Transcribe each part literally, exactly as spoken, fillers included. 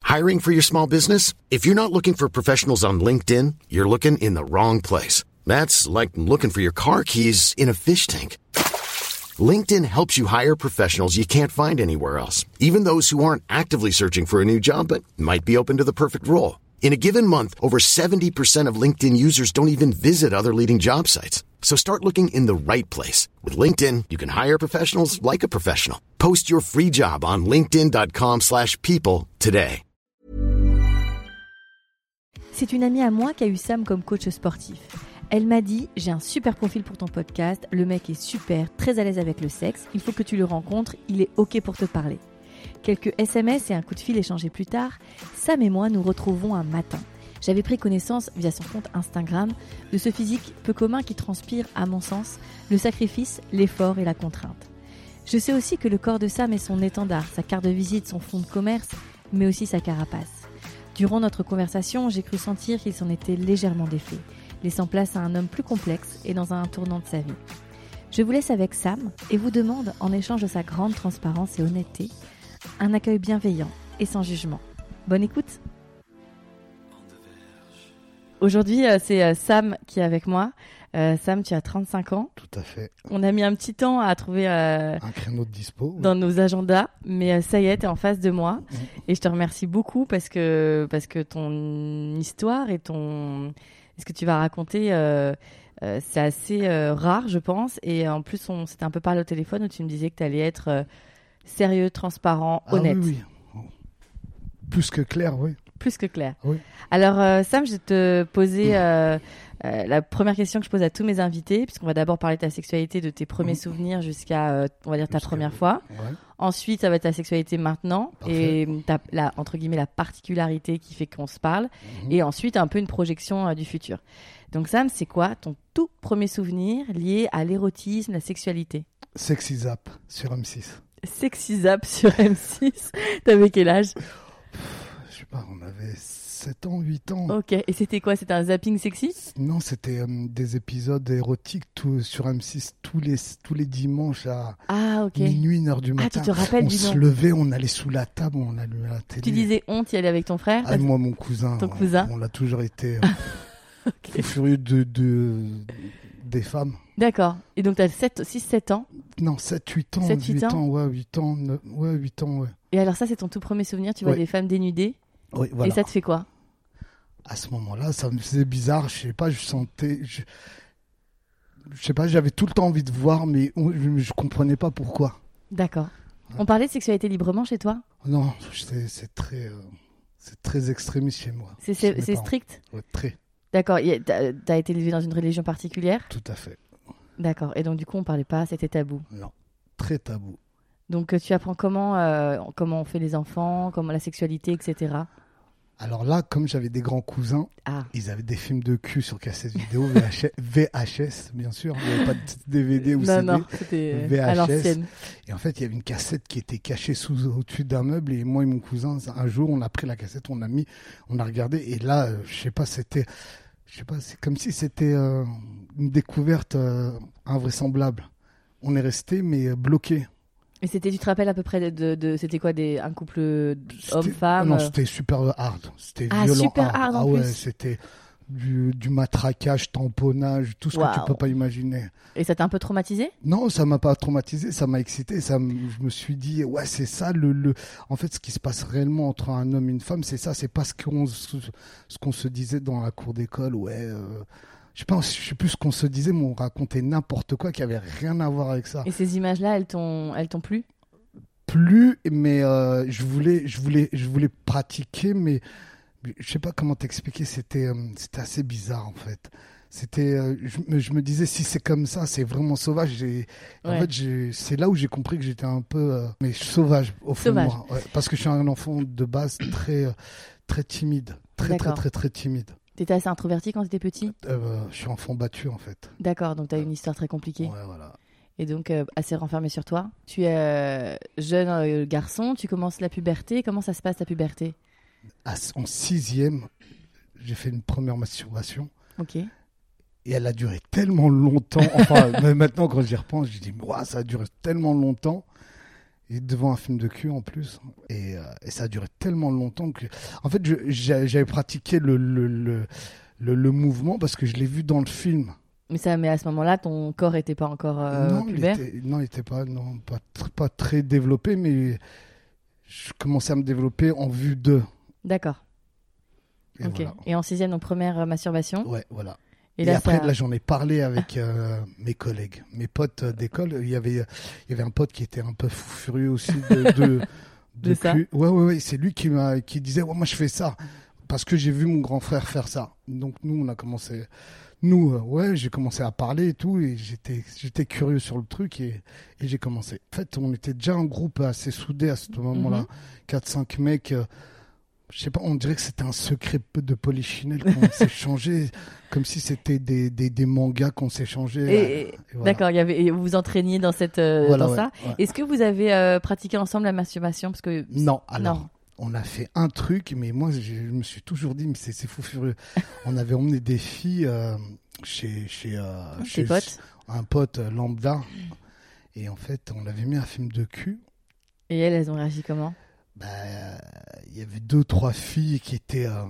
Hiring for your small business? If you're not looking for professionals on LinkedIn, you're looking in the wrong place. That's like looking for your car keys in a fish tank. LinkedIn helps you hire professionals you can't find anywhere else, even those who aren't actively searching for a new job but might be open to the perfect role. In a given month, over seventy percent of LinkedIn users don't even visit other leading job sites. So start looking in the right place. With LinkedIn, you can hire professionals like a professional. Post your free job on linkedin.com slash people today. C'est une amie à moi qui a eu Sam comme coach sportif. Elle m'a dit « J'ai un super profil pour ton podcast, le mec est super, très à l'aise avec le sexe, il faut que tu le rencontres, il est ok pour te parler. » Quelques S M S et un coup de fil échangés plus tard, Sam et moi nous retrouvons un matin. J'avais pris connaissance, via son compte Instagram, de ce physique peu commun qui transpire, à mon sens, le sacrifice, l'effort et la contrainte. Je sais aussi que le corps de Sam est son étendard, sa carte de visite, son fonds de commerce, mais aussi sa carapace. Durant notre conversation, j'ai cru sentir qu'il s'en était légèrement défait, laissant place à un homme plus complexe et dans un tournant de sa vie. Je vous laisse avec Sam et vous demande, en échange de sa grande transparence et honnêteté, un accueil bienveillant et sans jugement. Bonne écoute. Aujourd'hui, euh, c'est euh, Sam qui est avec moi. Euh, Sam, tu as trente-cinq ans. Tout à fait. On a mis un petit temps à trouver euh, un créneau de dispo dans oui. nos agendas, mais euh, ça y est, tu es en face de moi. Mmh. Et je te remercie beaucoup parce que, parce que ton histoire et ton... ce que tu vas raconter, euh, euh, c'est assez euh, rare, je pense. Et en plus, on s'était un peu parlé au téléphone où tu me disais que tu allais être euh, sérieux, transparent, ah, honnête. Oui, oui. Plus que clair, oui. Plus que clair. Oui. Alors, euh, Sam, je vais te poser euh, euh, la première question que je pose à tous mes invités, puisqu'on va d'abord parler de ta sexualité, de tes premiers mmh. souvenirs jusqu'à, euh, on va dire, ta jusqu'à première fois. Ouais. Ensuite, ça va être ta sexualité maintenant. Parfait. Et ta, la, entre guillemets, la particularité qui fait qu'on se parle. Mmh. Et ensuite, un peu une projection euh, du futur. Donc, Sam, c'est quoi ton tout premier souvenir lié à l'érotisme, la sexualité? Sexy Zap sur M six. Sexy Zap sur M six. T'avais quel âge? Je sais pas, on avait sept ans, huit ans. Ok, et c'était quoi? C'était un zapping sexy? Non, c'était euh, des épisodes érotiques tout, sur M six tous les, tous les dimanches à ah, okay. minuit, une heure du matin. Ah, tu te rappelles, on dis se donc. levait, on allait sous la table, on allumait la télé. Tu disais on, tu y allais avec ton frère? Ah, moi, mon cousin. Ton on, cousin On l'a toujours été euh, okay. furieux de, de, des femmes. D'accord. Et donc, tu as six sept ans? Non, sept huit ans. sept huit ans, ans, ouais, huit ans, neuf, ouais, huit ans, ouais. Et alors ça, c'est ton tout premier souvenir, tu vois ouais. des femmes dénudées? Oui, voilà. Et ça te fait quoi? À ce moment-là, ça me faisait bizarre, je sais pas, je sentais... Je, je sais pas, j'avais tout le temps envie de voir, mais je, je comprenais pas pourquoi. D'accord. Ouais. On parlait de sexualité librement chez toi? Non, c'est, c'est très... Euh, c'est très extrémiste chez moi. C'est, c'est, c'est strict? Ouais, très. D'accord. T'as, t'as été élevé dans une religion particulière? Tout à fait. D'accord. Et donc, du coup, on parlait pas, c'était tabou? Non, très tabou. Donc, tu apprends comment, euh, comment on fait les enfants, comment la sexualité, et cetera. Alors là, comme j'avais des grands cousins, ah. ils avaient des films de cul sur cassette vidéo, V H S, V H S bien sûr, il n'y avait pas de D V D ou non, C D. Non, c'était V H S. À l'ancienne. Et en fait, il y avait une cassette qui était cachée sous, au-dessus d'un meuble, et moi et mon cousin, un jour, on a pris la cassette, on a mis, on a regardé, et là, euh, je sais pas, c'était, je sais pas, c'est comme si c'était euh, une découverte euh, invraisemblable. On est resté, mais euh, bloqué. Et c'était, tu te rappelles à peu près de, de, de c'était quoi, des, un couple homme-femme? Non, c'était super hard. C'était ah, violent. super hard, hard en ah, plus. Ouais, c'était du, du matraquage, tamponnage, tout ce wow. que tu peux pas imaginer. Et ça t'a un peu traumatisé? Non, ça m'a pas traumatisé, ça m'a excité. Ça m... Je me suis dit, ouais, c'est ça le, le. En fait, ce qui se passe réellement entre un homme et une femme, c'est ça. C'est pas ce qu'on, ce qu'on se disait dans la cour d'école. Ouais. Euh... Je sais pas, je sais plus ce qu'on se disait, mais on racontait n'importe quoi qui avait rien à voir avec ça. Et ces images-là, elles t'ont, elles t'ont plu? Plus, mais euh, je voulais, je voulais, je voulais pratiquer, mais je sais pas comment t'expliquer. C'était, euh, c'était assez bizarre en fait. C'était, euh, je, je me disais si c'est comme ça, c'est vraiment sauvage. J'ai, ouais. En fait, j'ai, c'est là où j'ai compris que j'étais un peu, euh, mais sauvage au fond sauvage. de moi, ouais, parce que je suis un enfant de base très, euh, très timide, très, D'accord. très, très, très timide. T'étais assez introverti quand t'étais petit? euh, Je suis enfant battu en fait. D'accord, donc t'as une histoire très compliquée. Ouais, voilà. Et donc euh, assez renfermé sur toi. Tu es euh, jeune euh, garçon, tu commences la puberté. Comment ça se passe la puberté? À, En sixième, j'ai fait une première masturbation. Ok. Et elle a duré tellement longtemps. Enfin, même maintenant quand j'y repense, je dis, wow, ça a duré tellement longtemps. et devant un film de cul en plus. Et, euh, et ça a duré tellement longtemps que, en fait, je, j'ai, j'avais pratiqué le, le, le, le, le mouvement parce que je l'ai vu dans le film. Mais ça, mais à ce moment-là, ton corps était pas encore euh, non, il pubère. était, non, il était pas, non, pas, tr- pas très développé, mais je commençais à me développer en vue de. D'accord. Et Ok. voilà. Et en sixième, donc première euh, masturbation. Ouais, voilà. Et, Et, là, après, ça... là, j'en ai parlé avec euh, mes collègues, mes potes euh, d'école. Il y avait, il y avait un pote qui était un peu fou furieux aussi de, de, de, De ça. cul. Ouais, ouais, ouais. C'est lui qui m'a, qui disait, ouais, moi, je fais ça parce que j'ai vu mon grand frère faire ça. Donc nous, on a commencé, nous, euh, ouais, j'ai commencé à parler et tout, et j'étais, j'étais curieux sur le truc et, et j'ai commencé. En fait, on était déjà un groupe assez soudé à ce moment-là, quatre cinq mecs. Euh, Je sais pas, on dirait que c'était un secret de polichinelle qu'on s'échangeait, comme si c'était des, des, des mangas qu'on s'échangeait. Et, Et voilà. D'accord, il y avait, et vous vous entraîniez dans, cette, euh, Voilà, dans ouais, ça. ouais. Est-ce que vous avez euh, pratiqué ensemble la masturbation parce que... Non, alors, Non. on a fait un truc, mais moi, je, je me suis toujours dit, mais c'est, c'est fou furieux. On avait emmené des filles euh, chez, chez, euh, Tes chez potes. un pote euh, lambda, et en fait, on avait mis un film de cul. Et elles, elles ont réagi comment? Bah, il y avait deux, trois filles qui étaient euh,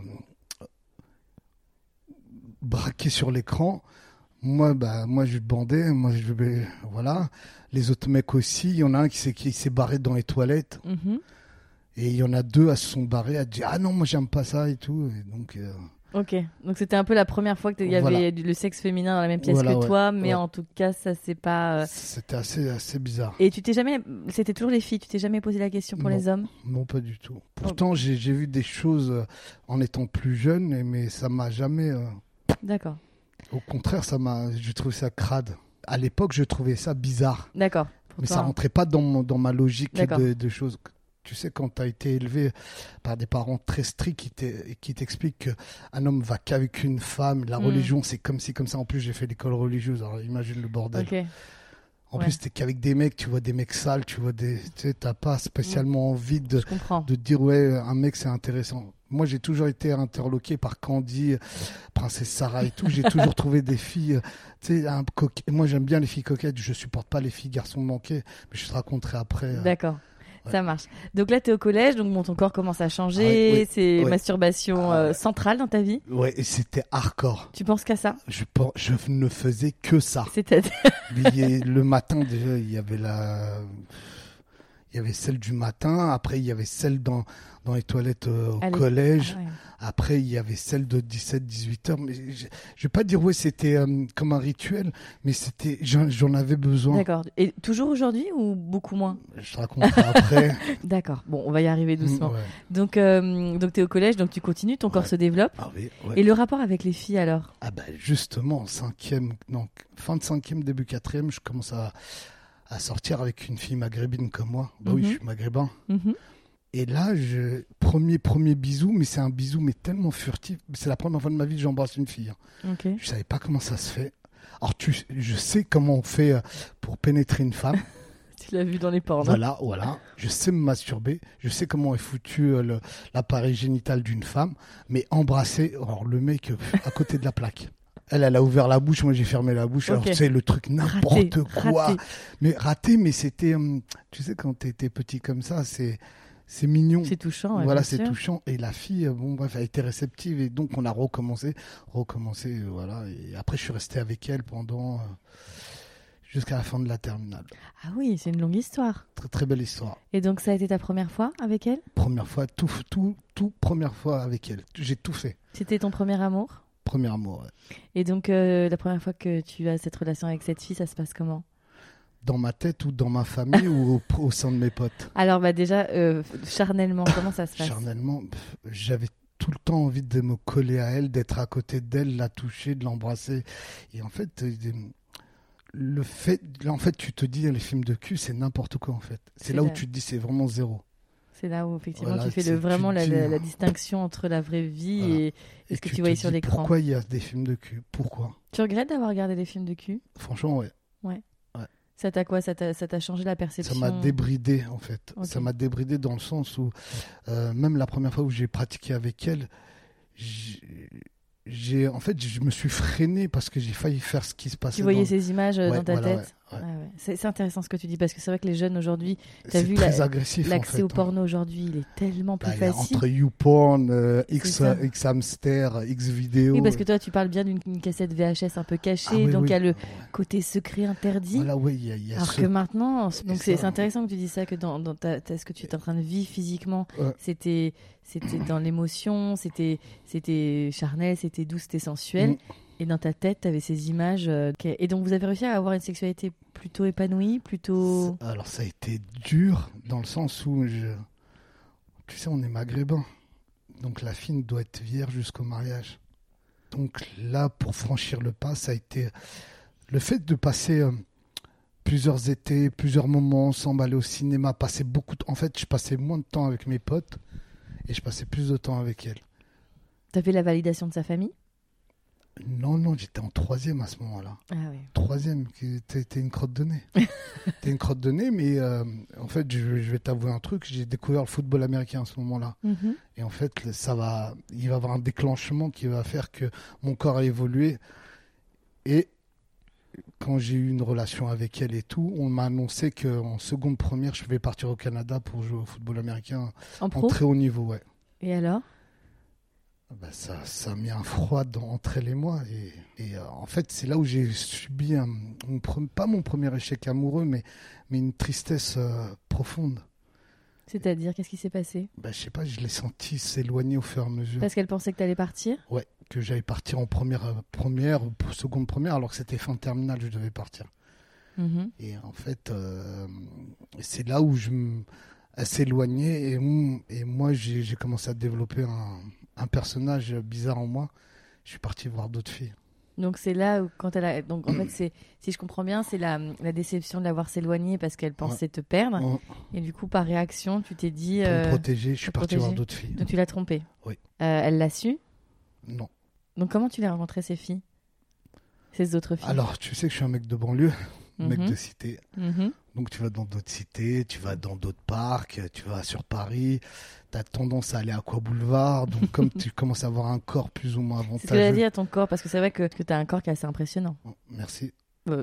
braquées sur l'écran. Moi, bah, moi, je bandais. Moi, je, bah, voilà. Les autres mecs aussi. Il y en a un qui s'est, qui s'est barré dans les toilettes. Mhm. Et il y en a deux à se sont barrés à dire ah non, moi, j'aime pas ça et tout. Et donc, euh, Ok, donc c'était un peu la première fois qu'il y avait Voilà. du- le sexe féminin dans la même pièce Voilà, que ouais. toi, mais Ouais. en tout cas, ça c'est pas. euh, c'était assez, assez bizarre. Et tu t'es jamais. C'était toujours les filles, tu t'es jamais posé la question pour Non. les hommes? Non, pas du tout. Pourtant, j'ai, j'ai vu des choses euh, en étant plus jeune, et- mais ça m'a jamais. euh, D'accord, Au contraire, ça m'a, j'ai trouvé ça crade. À l'époque, je trouvais ça bizarre. d'accord. Pour Mais toi, ça hein. rentrait pas dans, mon- dans ma logique D'accord. de, de choses. Tu sais, quand tu as été élevé par des parents très stricts qui, t'est- qui t'expliquent qu'un homme va qu'avec une femme, la Mm. religion, c'est comme ci, comme ça. En plus, j'ai fait l'école religieuse, alors imagine le bordel. Ok, En ouais. plus, t'es qu'avec des mecs, tu vois des mecs sales, tu vois des. Tu sais, t'as pas spécialement envie de, je comprends. de dire, ouais, un mec, c'est intéressant. Moi, j'ai toujours été interloqué par Candy, Princesse Sarah et tout. J'ai toujours trouvé des filles, euh, tu sais, un coquet. Moi, j'aime bien les filles coquettes. Je supporte pas les filles garçons manqués. Mais je te raconterai après. euh, D'accord. ouais. Ça marche. Donc là, tu es au collège, donc bon, ton corps commence à changer. Ah oui, oui, c'est oui. masturbation Ah euh, ouais. centrale dans ta vie. Ouais, et c'était hardcore. Tu penses qu'à ça? Je, pen- je ne faisais que ça. C'est-à-dire. Il y a- le matin, déjà, il y avait la. Il y avait celle du matin. Après, il y avait celle dans, dans les toilettes euh, au Allez. collège. Ah ouais. Après, il y avait celle de dix-sept dix-huit heures. Mais je, je vais pas dire, ouais, c'était euh, comme un rituel, mais c'était, j'en, j'en avais besoin. D'accord. Et toujours aujourd'hui ou beaucoup moins? Je te raconterai après. D'accord. Bon, on va y arriver doucement. Mm, ouais. Donc, euh, donc tu es au collège, donc tu continues, ton corps Ouais. se développe. Ah oui, ouais. Et le rapport avec les filles alors? Ah ben justement, cinquième, non, fin de cinquième, début quatrième, je commence à, à sortir avec une fille maghrébine comme moi. Bah oui, Mhm. je suis maghrébin. Mhm. Et là, je, premier, premier bisou, mais c'est un bisou, mais tellement furtif. C'est la première fois de ma vie que j'embrasse une fille. hein. Ok. Je savais pas comment ça se fait. Alors, tu, je sais comment on fait euh, pour pénétrer une femme. Tu l'as vu dans les pornos. Voilà, voilà. Je sais me masturber. Je sais comment est foutu euh, le- l'appareil génital d'une femme. Mais embrasser, alors le mec euh, à côté de la plaque. Elle, elle a ouvert la bouche, moi j'ai fermé la bouche. Alors Ok. tu sais, le truc n'importe Raté, quoi. raté. Mais raté, mais c'était, hum, tu sais, quand t'étais petit comme ça, c'est, c'est mignon. C'est touchant. ouais, Voilà, bien c'est sûr. touchant. Et la fille, euh, bon, bref, elle était réceptive. Et donc, on a recommencé, recommencé, euh, voilà. Et après, je suis resté avec elle pendant, euh, jusqu'à la fin de la terminale. Ah oui, c'est une longue histoire. Très, très belle histoire. Et donc ça a été ta première fois avec elle? Première fois, tout, tout, tout, première fois avec elle. J'ai tout fait. C'était ton premier amour? Premier amour, ouais. Et donc euh, la première fois que tu as cette relation avec cette fille, ça se passe comment? Dans ma tête ou dans ma famille ou au, au sein de mes potes. Alors bah déjà, euh, charnellement, comment ça se passe? Charnellement, pff, j'avais tout le temps envie de me coller à elle, d'être à côté d'elle, la toucher, de l'embrasser. Et en fait, euh, le fait, là, en fait, tu te dis, les films de cul, c'est n'importe quoi, en fait. C'est C'est là où la- tu te dis, c'est vraiment zéro. C'est là où effectivement Voilà, tu fais c'est- le, vraiment tu la, te dis, la- la hein. distinction entre la vraie vie Voilà. et, et ce que tu, te voyais sur dis, l'écran. Pourquoi il y a des films de cul? Pourquoi? Tu regrettes d'avoir regardé des films de cul? Franchement, ouais. Ça t'a quoi? Ça t'a, ça t'a changé la perception? Ça m'a débridé, en fait. Ok. Ça m'a débridé dans le sens où, euh, même la première fois où j'ai pratiqué avec elle, j'ai, j'ai- en fait, je me suis freiné parce que j'ai failli faire ce qui se passait. Tu voyais dans... ces images euh, Ouais, dans ta voilà, tête? ouais. Ouais. Ah ouais. c'est, c'est intéressant ce que tu dis parce que c'est vrai que les jeunes aujourd'hui, tu as C'est vu très la, agressif, l'accès en fait, au hein. porno aujourd'hui, il est tellement plus Bah, il y a facile. entre YouPorn, euh, C'est X, ça. Xhamster, Xvideo. Oui, parce que toi, tu parles bien d'une une cassette V H S un peu cachée, Ah oui, donc il oui. y a le Ouais. côté secret interdit. Voilà, oui, il y a, il y a Alors ce- que maintenant, donc c'est, ça. c'est intéressant que tu dis ça, que dans, dans ta, ta- ce que tu es en train de vivre physiquement, Ouais. c'était, c'était dans l'émotion, c'était, c'était charnel, c'était doux, c'était sensuel. Mm. Et dans ta tête, tu avais ces images. euh, qui- Et donc, vous avez réussi à avoir une sexualité plutôt épanouie, plutôt. Alors ça a été dur dans le sens où, je... tu sais, on est maghrébin. Donc la fille doit être vierge jusqu'au mariage. Donc là, pour franchir le pas, ça a été le fait de passer euh, plusieurs étés, plusieurs moments ensemble, aller au cinéma, passer beaucoup de... En fait, je passais moins de temps avec mes potes et je passais plus de temps avec elle. T'avais la validation de sa famille? Non, non, j'étais en troisième à ce moment-là. Ah oui. Troisième, qui- t'es t'es une crotte de nez. T'es une crotte de nez, mais euh, en fait, je, je vais t'avouer un truc, j'ai découvert le football américain à ce moment-là. Mhm. Et en fait, le- ça va, il va y avoir un déclenchement qui va faire que mon corps a évolué. Et quand j'ai eu une relation avec elle et tout, on m'a annoncé qu'en seconde première, je vais partir au Canada pour jouer au football américain En en pro? très haut niveau. Ouais. Et alors? Ben, ça, ça a mis un froid dans, entre elle et moi. Et, et euh, en fait, c'est là où j'ai subi, un, mon pre- pas mon premier échec amoureux, mais, mais une tristesse euh, profonde. C'est-à-dire, qu'est-ce qui s'est passé? Ben, je sais pas, je l'ai senti s'éloigner au fur et à mesure. Parce qu'elle pensait que t'allais partir? Ouais, que j'allais partir en première, euh, première ou seconde première, alors que c'était fin de terminale, je devais partir. Mhm. Et en fait, euh, c'est là où je m- elle s'éloignait et, m- et moi, j'ai j'ai commencé à développer un, un personnage bizarre en moi. Je suis parti voir d'autres filles. Donc c'est là où quand elle a... Donc en fait, c'est, si je comprends bien, c'est la, la déception de l'avoir s'éloignée parce qu'elle pensait te perdre. Ouais. Et du coup, par réaction, tu t'es dit... Pour me euh, protéger, je suis pour parti protéger. voir d'autres filles. Donc tu l'as trompée. Oui. Euh, elle l'a su. Non. Donc comment tu l'as rencontré ces filles? Ces autres filles? Alors, tu sais que je suis un mec de banlieue, un mec Mhm. de cité. Mhm. Donc, tu vas dans d'autres cités, tu vas dans d'autres parcs, tu vas sur Paris. Tu as tendance à aller à Aqua Boulevard. Donc, comme tu commences à avoir un corps plus ou moins C'est ce que j'allais avantageux. dire à ton corps, parce que c'est vrai que, que tu as un corps qui est assez impressionnant. Oh, merci. Euh,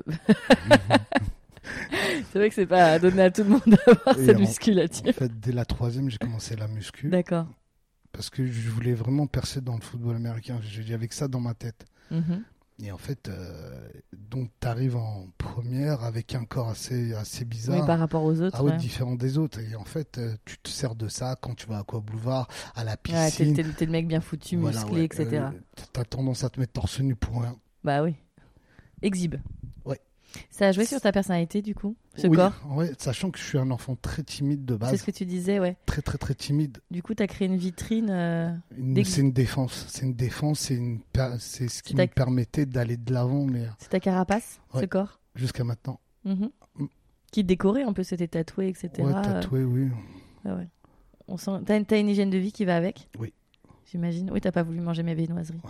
c'est vrai que c'est pas donné à tout le monde d'avoir Et cette en- musculature. En fait, dès la troisième, j'ai commencé la muscu. D'accord. Parce que je voulais vraiment percer dans le football américain. J'avais que ça dans ma tête. Mhm. Et en fait, euh, donc tu arrives en première avec un corps assez, assez bizarre. Oui, par rapport aux autres. Ah oui, ouais. différent des autres. Et en fait, euh, tu te sers de ça quand tu vas à Aqua Boulevard, à la Ouais, t'es, piscine. t'es- t'es le mec bien foutu, Voilà, musclé, ouais. et cetera. Euh, t'as tendance à te mettre torse nu pour rien. Bah oui. Exhibe. Ouais. Ça a joué sur ta personnalité, du coup, ce Oui, corps? ouais, sachant que je suis un enfant très timide de base. C'est ce que tu disais, ouais. Très, très, très timide. Du coup, tu as créé une vitrine. euh, Une- Dès- C'est une défense. C'est une défense. C'est une per- c'est ce qui C'est me ta- permettait d'aller de l'avant, mais euh, C'est ta carapace, ce Ouais. corps? jusqu'à maintenant. Mhm. Mm. Qui te décorait, en plus, c'était tatoué, et cetera. Ouais, tatoué, oui. Ah ouais. On sent... T'as, une... t'as une hygiène de vie qui va avec? Oui. J'imagine. Oui, t'as pas voulu manger mes viennoiseries.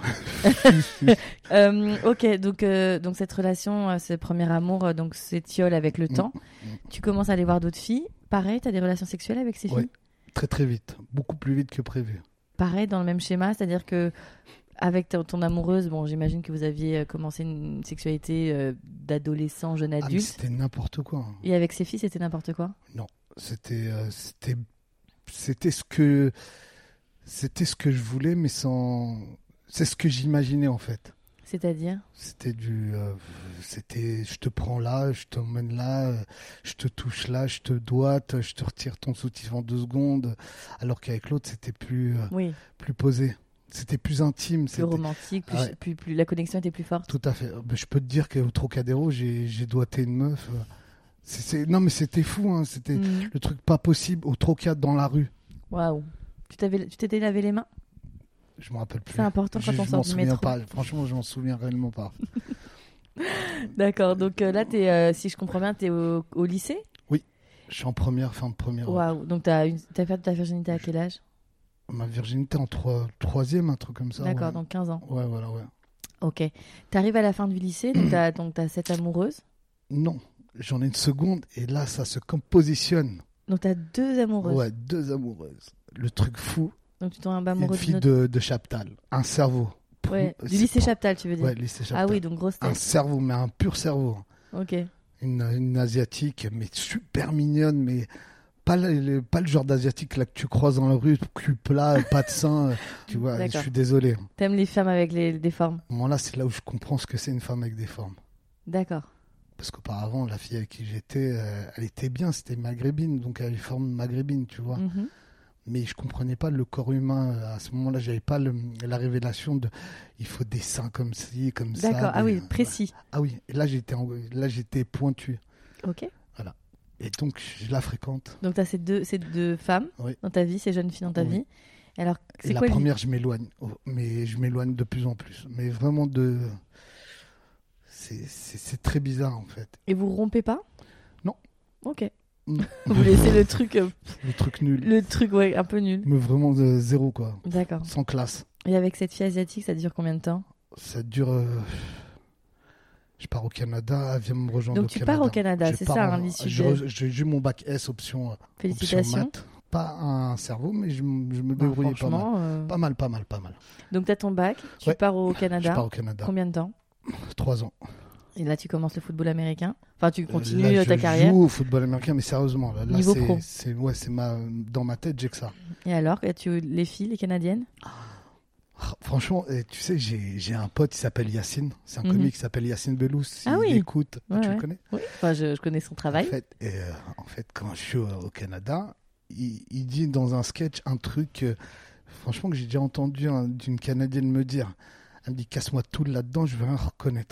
Euh, ok, donc, euh, donc cette relation, euh, ce premier amour, euh, donc s'étiole avec le temps. mm. Tu commences à aller voir d'autres filles. Pareil, t'as des relations sexuelles avec ces filles? Ouais. Très, très vite. Beaucoup plus vite que prévu. Pareil, dans le même schéma, c'est-à-dire que avec ton, ton amoureuse, bon, j'imagine que vous aviez euh, commencé une sexualité euh, d'adolescent, jeune Ah, mais adulte. c'était n'importe quoi. Et avec ces filles, c'était n'importe quoi? C'était, euh, c'était, c'était ce que, c'était ce que je voulais, mais sans, c'est ce que j'imaginais en fait. C'est-à-dire? C'était du, euh, c'était, je te prends là, je t'emmène là, euh, je te touche là, je te doite, je te retire ton soutif en deux secondes, alors qu'avec l'autre c'était plus, euh, Oui, plus posé, c'était plus intime, plus c'était, romantique, plus, Ah ouais. plus, plus, la connexion était plus forte. tout à fait. Ben, je peux te dire qu'au Trocadéro, j'ai, j'ai doigté une meuf. euh, c'est, c'est- non mais c'était fou, hein, c'était Mhm. le truc pas possible au Trocad dans la rue. Waouh. Tu t'avais, tu t'étais lavé les mains? Je me rappelle plus. C'est important quand je, on je sort m'en du souviens métro. pas. Franchement, je m'en souviens réellement pas. D'accord, donc euh, là, t'es, euh, si je comprends bien, tu es au, au lycée? Je suis en première, fin de première. Waouh, donc tu as perdu ta virginité à quel âge? Ma virginité en trois, troisième, un truc comme ça. D'accord, ouais. donc quinze ans. Ouais, voilà, ouais. Ok. Tu arrives à la fin du lycée, donc tu as donc t'as cette amoureuse. Non, j'en ai une seconde et là, ça se compositionne. Donc tu as deux amoureuses. Ouais, deux amoureuses. Le truc fou, Donc tu tombes une amoureux fille d'une autre. de, de Chaptal, un cerveau. Ouais, C'est du lycée pas- Chaptal, tu veux dire? Ouais, lycée Chaptal. Ah oui, donc grosse Un tête. cerveau, mais un pur cerveau. Ok. Une, une asiatique, mais super mignonne, mais pas le, pas le genre d'asiatique là que tu croises dans la rue, cul plat, pas de sein. Tu vois, D'accord. je suis désolé. T'aimes les femmes avec les, des formes? À ce moment-là, c'est là où je comprends ce que c'est une femme avec des formes. D'accord. Parce qu'auparavant, la fille avec qui j'étais, euh, elle était bien, c'était maghrébine, donc elle avait des formes maghrébines, tu vois. Mm-hmm. Mais je comprenais pas le corps humain. À ce moment-là, j'avais pas le, la révélation de il faut des seins comme ci, comme ça. D'accord, ah des- oui, précis. Ah oui, et là j'étais, en- là j'étais pointu. Ok. Et donc je la fréquente. Donc tu as ces deux, ces deux femmes Oui. dans ta vie, ces jeunes filles dans ta Oui. vie. Et alors, Et c'est la quoi première, je m'éloigne, Oh, mais je m'éloigne de plus en plus. Mais vraiment de, c'est, c'est, c'est très bizarre en fait. Et vous rompez pas? Non. Ok. Non. Vous laissez le truc, euh, Le truc nul. le truc ouais, un peu nul. Mais vraiment de zéro quoi, D'accord. sans classe. Et avec cette fille asiatique, ça dure combien de temps? Ça dure. euh, Je pars au Canada, elle vient me rejoindre Donc au tu Canada. pars au Canada, Je c'est pars ça, en- hein, l'issue je de- re- J'ai eu mon bac S option, option Félicitations. maths. Pas un cerveau, mais je, m- je me Bah, débrouillais pas mal. franchement, euh, Pas mal, pas mal, pas mal. donc tu as ton bac, tu Ouais. pars au Je Canada. pars au Canada. Combien de temps? Trois ans. Et là, tu commences le football américain. Enfin, tu continues Là, euh, ta je carrière. joue au football américain, mais sérieusement. Là, là, Niveau c'est, pro. c'est, ouais, c'est ma, dans ma tête, j'ai que ça. Et alors, tu les filles, les Canadiennes? Ah, Franchement, eh, tu sais, j'ai, j'ai un pote qui s'appelle Yacine. C'est un Mhm. comique qui s'appelle Yacine Bellous. S'il Ah oui. écoute, Ouais, tu ouais. le connais? Oui. Enfin, je, je connais son travail. En fait, et, euh, en fait, quand je suis au, au Canada, il, il dit dans un sketch un truc, euh, franchement, que j'ai déjà entendu hein, d'une Canadienne me dire. Elle me dit, casse-moi tout là-dedans, je veux rien reconnaître.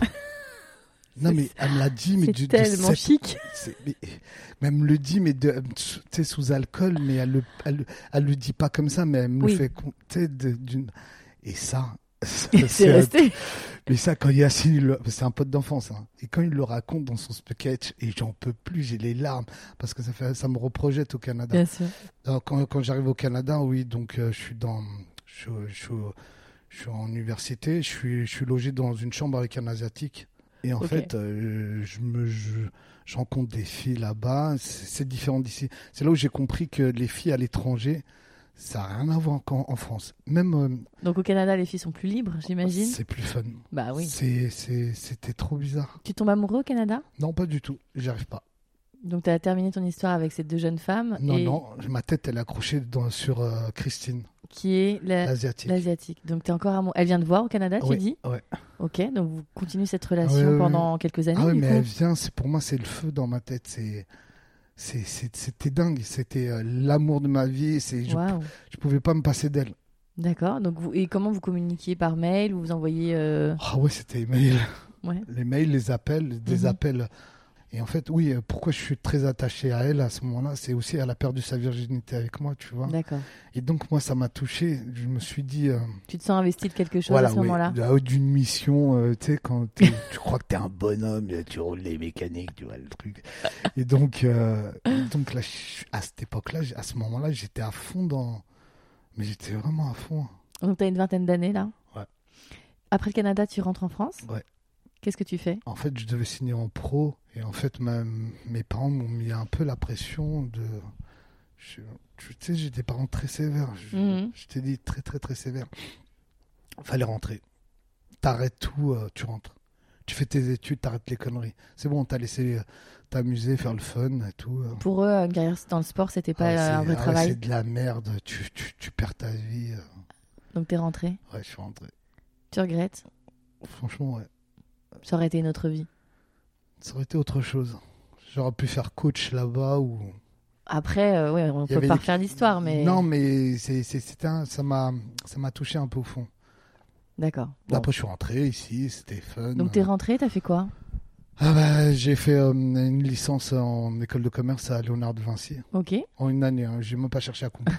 Non, mais elle me l'a dit, mais C'est du, de tellement cette- chic. c'est- mais, mais elle me le dit, mais de- tu sais, sous alcool, mais elle le, elle, elle le dit pas comme ça, mais elle me Oui. le fait, con- tu sais, de- d'une. Et ça, ça, C'est c'est- resté. mais ça, quand Yacine, il le- c'est un pote d'enfance, hein. Et quand il le raconte dans son sketch, et j'en peux plus, j'ai les larmes, parce que ça, fait, ça me reprojette au Canada. Bien sûr. Alors, quand, quand j'arrive au Canada, oui, donc euh, je suis dans, je, suis- je, suis- je suis en université, je suis, je suis logé dans une chambre avec un asiatique. Et en Ok. fait, euh, je me, je, je rencontre des filles là-bas. C'est, c'est différent d'ici. C'est là où j'ai compris que les filles à l'étranger, ça n'a rien à voir qu'en en France. Même, euh, Donc au Canada, les filles sont plus libres, j'imagine. c'est plus fun. Bah oui. C'est, c'est, c'était trop bizarre. Tu tombes amoureux au Canada? Non, pas du tout. J'y arrive pas. Donc tu as terminé ton histoire avec ces deux jeunes femmes. Non, et non. Ma tête, elle est accrochée dans, sur euh, Christine, Qui est la- l'asiatique. l'asiatique. Donc tu es encore amoureux. Elle vient te voir au Canada, tu Ouais, dis? ouais. Ok, donc vous continuez cette relation Ouais, ouais, pendant quelques années. Ah oui, du mais coup. elle vient, c'est, pour moi, c'est le feu dans ma tête. C'est, c'est, c'est- c'était dingue. C'était euh, l'amour de ma vie. C'est, je, Waouh. je pouvais pas me passer d'elle. D'accord. Donc vous... Et comment vous communiquiez par mail ou vous envoyez euh, Ah ouais, c'était les mails. Ouais. Les mails, les appels, des Mhm. appels. Et en fait, oui, euh, pourquoi je suis très attaché à elle à ce moment-là, c'est aussi elle a perdu sa virginité avec moi, tu vois. D'accord. Et donc, moi, ça m'a touché. Je me suis dit, euh, Tu te sens investi de quelque chose voilà, à ce oui, moment-là? de- euh, d'une mission, euh, tu sais, quand t'es- tu crois que t'es un bonhomme, et tu roules les mécaniques, tu vois, le truc. Et donc, euh, et donc là, je- à cette époque-là, j'- à ce moment-là, j'étais à fond dans... Mais j'étais vraiment à fond. Donc tu as une vingtaine d'années là? Ouais. Après le Canada, tu rentres en France? Ouais. Qu'est-ce que tu fais? En fait, je devais signer en pro. Et en fait, ma- mes parents m'ont mis un peu la pression de... Je, tu sais, j'ai des parents très sévères. Je, Mhm. je t'ai dit très, très, très sévères. Fallait rentrer. T'arrêtes tout, euh, tu rentres. Tu fais tes études, t'arrêtes les conneries. C'est bon, t'as laissé euh, t'amuser, faire le fun et tout. euh. Pour eux, une carrière dans le sport, c'était pas Ah ouais, euh, un c'est- vrai ah ouais, travail. c'est de la merde. Tu, tu, tu perds ta vie. euh. Donc t'es rentré. Ouais, je suis rentré. Tu regrettes? Franchement, ouais. Ça aurait été une autre vie. Ça aurait été autre chose. J'aurais pu faire coach là-bas ou... Après, euh, ouais, on Il y peut avait pas des- refaire d'histoire, mais... Non, mais c'est, c'est, c'était un- ça, m'a, ça m'a touché un peu au fond. D'accord. Bon. Après, je suis rentré ici, c'était fun. Donc t'es rentré, t'as fait quoi? Ah bah, j'ai fait euh, une licence en école de commerce à Léonard de Vinci. Ok. En une année, hein. J'ai même pas cherché à comprendre.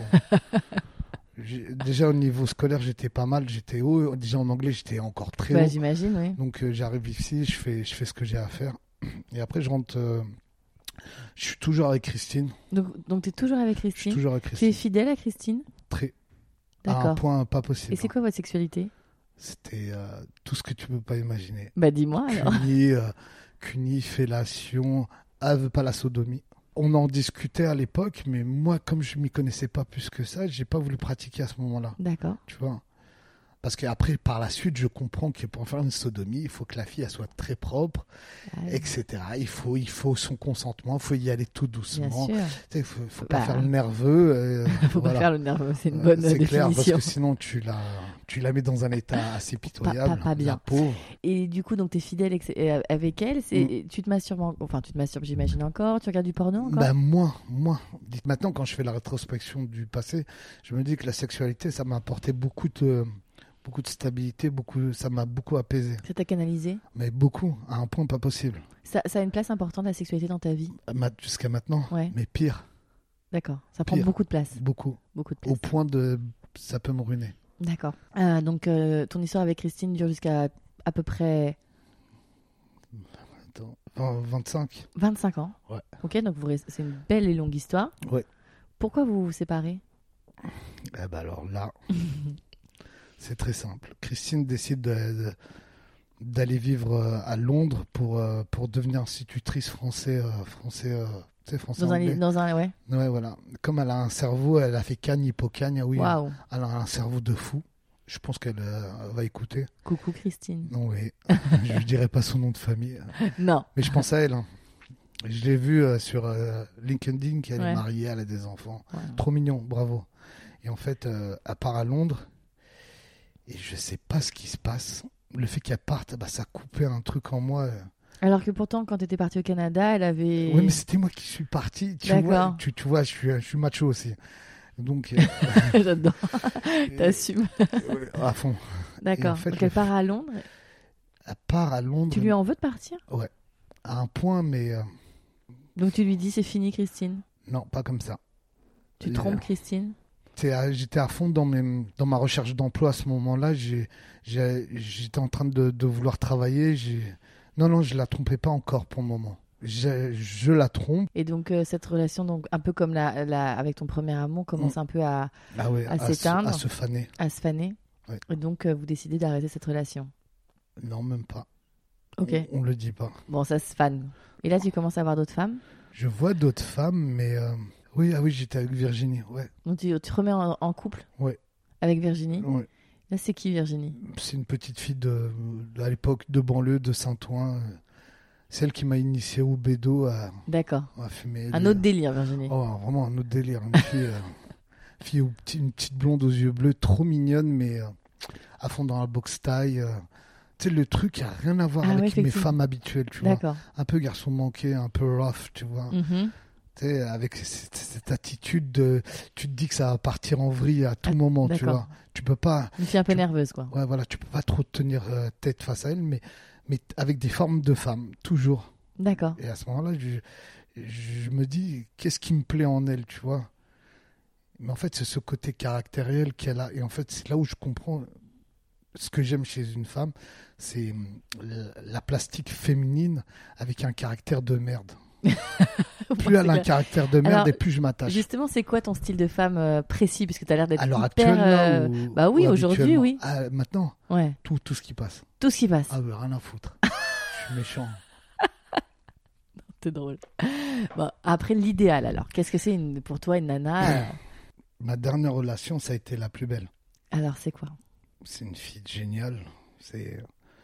J'ai- déjà, au niveau scolaire, j'étais pas mal. J'étais haut. Déjà, en anglais, j'étais encore très Bah, haut. j'imagine, oui. Donc, euh, j'arrive ici, je fais, je fais ce que j'ai à faire. Et après, je rentre... euh, je suis toujours avec Christine. Donc, donc t'es toujours avec Je suis Christine. toujours avec Tu es Christine. fidèle à Christine? Très... À un D'accord. point pas possible. Et c'est quoi votre sexualité? C'était euh, tout ce que tu peux pas imaginer. Bah dis-moi alors. Cuni, euh, cuni, fellation, ah, veut pas la sodomie. On en discutait à l'époque, mais moi, comme je m'y connaissais pas plus que ça, j'ai pas voulu pratiquer à ce moment-là. D'accord. Tu vois, Parce qu'après, par la suite, je comprends que pour faire une sodomie, il faut que la fille elle soit très propre, ah oui. et cetera. Il faut, il faut son consentement, il faut y aller tout doucement. Bien sûr. Il ne faut, faut pas bah, faire le nerveux. Il euh, ne faut voilà. pas faire le nerveux, c'est une bonne euh, c'est définition. C'est clair, parce que sinon, tu la, tu la mets dans un état assez pitoyable. Pas, pas, pas bien. La pauvre. Et du coup, donc, tu es fidèle avec elle. C'est, mm. Tu te masturbes, en... enfin, tu te masturbes, j'imagine encore. Tu regardes du porno encore bah, Moi, moi. Dites maintenant, quand je fais la rétrospection du passé, je me dis que la sexualité, ça m'a apporté beaucoup de, beaucoup de stabilité, beaucoup, ça m'a beaucoup apaisé. Ça t'a canalisé ? Mais beaucoup, à un point pas possible. Ça, ça a une place importante, la sexualité, dans ta vie ? Jusqu'à maintenant, ouais. Mais pire. D'accord, ça prend pire. beaucoup de place. Beaucoup. Beaucoup de place. Au point de, ça peut me ruiner. D'accord. Euh, donc, euh, ton histoire avec Christine dure jusqu'à à peu près... Attends, vingt-cinq. vingt-cinq ans. Ouais. Ok, donc vous, c'est une belle et longue histoire. Ouais. Pourquoi vous vous séparez ? Eh ben alors là, c'est très simple. Christine décide de, de, d'aller vivre à Londres pour, pour devenir institutrice français, français, tu sais, français dans anglais. Un, dans un, ouais. Ouais, voilà. Comme elle a un cerveau, elle a fait Cagne, Hippocagne, oui. Wow. Elle a un cerveau de fou. Je pense qu'elle euh, va écouter. Coucou Christine. Non, oui. Je ne dirai pas son nom de famille. Non. Mais je pense à elle. Hein. Je l'ai vue euh, sur euh, LinkedIn, qu'elle ouais. est mariée, elle a des enfants. Ouais. Trop mignon, bravo. Et en fait, euh, elle part à Londres. Et je ne sais pas ce qui se passe. Le fait qu'elle parte, bah, ça a coupé un truc en moi. Euh. Alors que pourtant, quand tu étais partie au Canada, elle avait... Oui, mais c'était moi qui suis parti. Tu vois, tu, tu vois je, suis, je suis macho aussi. Donc, euh... J'adore. T'assumes. À fond. D'accord. En fait, donc elle part à Londres. Elle part à Londres. Tu lui en veux de partir ? Ouais. À un point, mais. Euh... Donc tu lui dis c'est fini, Christine ? Non, pas comme ça. Tu Et trompes euh... Christine ? J'étais à fond dans, mes, dans ma recherche d'emploi à ce moment-là. J'ai, j'ai, j'étais en train de, de vouloir travailler. J'ai... Non, non, je ne la trompais pas encore pour le moment. Je, je la trompe. Et donc, euh, cette relation, donc, un peu comme la, la, avec ton premier amour, commence mmh. un peu à, ah ouais, à, à s'éteindre. Se, à se faner. À se faner. Ouais. Et donc, euh, vous décidez d'arrêter cette relation ? Non, même pas. Ok. On ne le dit pas. Bon, ça se fane. Et là, tu commences à voir d'autres femmes ? Je vois d'autres femmes, mais... Euh... Oui, ah oui, j'étais avec Virginie, ouais. Donc, tu, tu te remets en, en couple ? Ouais. Avec Virginie ? Ouais. Là, c'est qui, Virginie ? C'est une petite fille de, de, à l'époque de banlieue, de Saint-Ouen. Celle qui m'a initié au bédo à, D'accord. à fumer. Un les... autre délire, Virginie. Oh, vraiment un autre délire. Une fille, euh, fille au petit, une petite blonde aux yeux bleus, trop mignonne, mais euh, à fond dans la boxe taille. Euh. Tu sais, le truc qui n'a rien à voir ah, avec ouais, mes femmes habituelles, tu D'accord. vois. Un peu garçon manqué, un peu rough, tu vois. Mm-hmm. Tu sais, avec cette, cette attitude de... Tu te dis que ça va partir en vrille à tout ah, moment, d'accord. Tu vois. Tu peux pas... Une fille un peu tu... nerveuse, quoi. Ouais, voilà, tu peux pas trop tenir euh, tête face à elle, mais, mais avec des formes de femmes, toujours. D'accord. Et à ce moment-là, je, je me dis, qu'est-ce qui me plaît en elle, tu vois. Mais en fait, c'est ce côté caractériel qu'elle a. Et en fait, c'est là où je comprends ce que j'aime chez une femme, c'est la plastique féminine avec un caractère de merde. Plus elle a un caractère de merde. Alors, et plus je m'attache. Justement, c'est quoi ton style de femme euh, précis, puisque tu as l'air d'être alors hyper... actuellement euh... ou, Bah oui, ou aujourd'hui, oui. Ah, maintenant ouais. tout, tout ce qui passe. Tout ce qui passe. Ah ouais, rien à foutre. Je suis méchant. C'est drôle. Bon, après, l'idéal, alors. Qu'est-ce que c'est une, pour toi, une nana euh... Ma dernière relation, ça a été la plus belle. Alors, c'est quoi ? C'est une fille géniale. C'est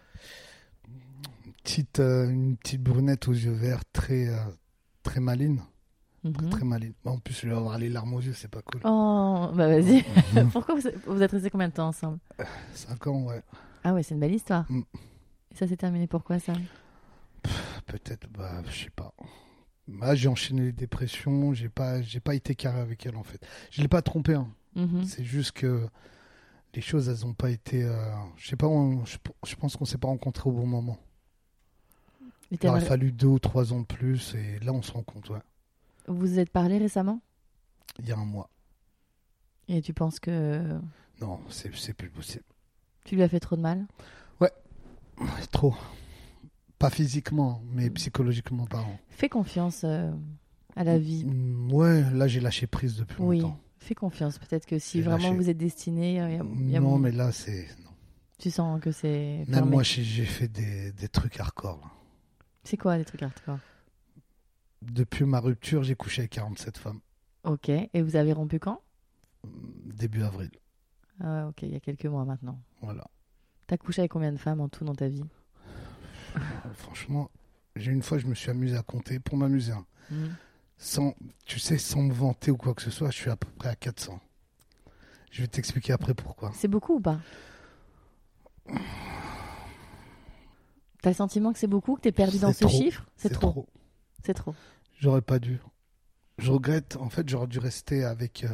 une petite, euh, une petite brunette aux yeux verts, très, euh, très maline. Mm-hmm. Très, très maline. En plus, je vais avoir les larmes aux yeux, c'est pas cool. Oh, bah vas-y. Pourquoi vous, vous êtes restés combien de temps ensemble ? Cinq ans, ouais. Ah ouais, c'est une belle histoire. Mm. Et ça s'est terminé pourquoi, ça ? Peut-être, bah, je sais pas. Bah, j'ai enchaîné les dépressions, j'ai pas, j'ai pas été carré avec elle en fait. Je l'ai pas trompée, hein. Mm-hmm. C'est juste que les choses, elles ont pas été. Euh, je sais pas, on, je, je pense qu'on s'est pas rencontrés au bon moment. Il aurait fallu deux ou trois ans de plus et là on se rend compte, ouais. Vous vous êtes parlé récemment ? Il y a un mois. Et tu penses que. Non, c'est, c'est plus possible. Tu lui as fait trop de mal ? Ouais, ouais trop. Pas physiquement, mais psychologiquement parlant. Fais confiance euh, à la vie. Ouais, là j'ai lâché prise depuis oui, longtemps. Oui, fais confiance. Peut-être que si j'ai vraiment lâché. Vous êtes destiné... Y a, y a non, mon... mais là c'est... Non. Tu sens que c'est... Même fermé. moi j'ai, j'ai fait des, des trucs hardcore. Là. C'est quoi des trucs hardcore ? Depuis ma rupture, j'ai couché avec quarante-sept femmes. Ok, et vous avez rompu quand ? Début avril. Ah, ok, il y a quelques mois maintenant. Voilà. T'as couché avec combien de femmes en tout dans ta vie? Franchement, j'ai une fois, je me suis amusé à compter, pour m'amuser. Hein. Mmh. Sans, tu sais, sans me vanter ou quoi que ce soit, je suis à peu près à quatre cents. Je vais t'expliquer après pourquoi. C'est beaucoup ou pas? T'as le sentiment que c'est beaucoup, que t'es perdu dans ce trop. chiffre? C'est, C'est trop. trop. C'est trop. J'aurais pas dû. Je regrette, en fait, j'aurais dû rester avec, euh,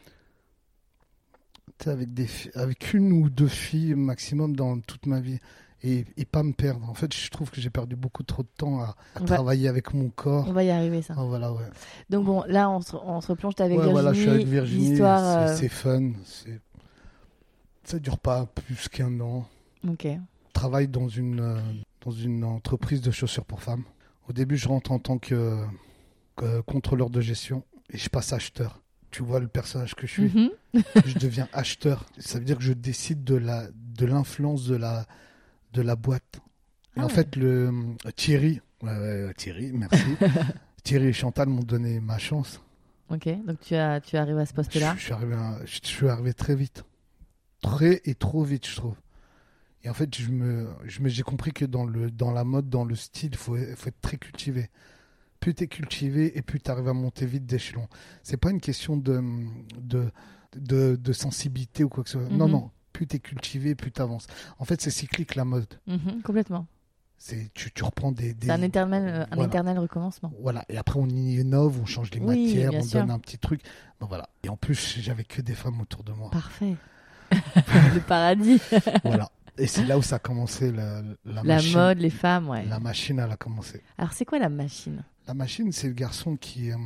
tu sais, avec, des fi- avec une ou deux filles maximum dans toute ma vie. Et, et pas me perdre. En fait, je trouve que j'ai perdu beaucoup trop de temps à, à On va- travailler avec mon corps. On va y arriver, ça. Oh, voilà, ouais. Donc bon, là, on se, on se replonge, t'es avec Ouais, Virginie. voilà, je suis avec Virginie. L'histoire... C'est, euh, c'est fun. C'est... Ça dure pas plus qu'un an. Ok. Je travaille dans une, euh, dans une entreprise de chaussures pour femmes. Au début, je rentre en tant que, que contrôleur de gestion et je passe acheteur. Tu vois le personnage que je suis. Mhm. Je deviens acheteur. Ça veut dire que je décide de, la, de l'influence de la, de la boîte. Et Ah en ouais. fait, le, euh, Thierry, ouais, ouais, ouais, Thierry, merci. Thierry et Chantal m'ont donné ma chance. Ok, donc tu, as, tu arrives à ce Je, poste-là. je suis arrivé à- je, je suis arrivé très vite. Très et trop vite, je trouve. Et en fait, je me, je me, j'ai compris que dans, le, dans la mode, dans le style, il faut, faut être très cultivé. Plus tu es cultivé et plus tu arrives à monter vite d'échelon. C'est pas une question de, de, de, de sensibilité ou quoi que ce soit. Non, Mhm. non. Plus tu es cultivé, plus tu avances. En fait, c'est cyclique la mode. Mhm, complètement. C'est, tu, tu reprends des. des C'est un éternel, euh, un voilà. éternel recommencement. Voilà. Et après, on y innove, on change les Oui, matières, bien on sûr. donne un petit truc. Donc voilà. Et en plus, j'avais que des femmes autour de moi. Parfait. Le paradis. Voilà. Et c'est là où ça a commencé la, la, La machine. mode, les femmes, ouais. La machine, elle a commencé. Alors, c'est quoi la machine? La machine, c'est le garçon qui euh,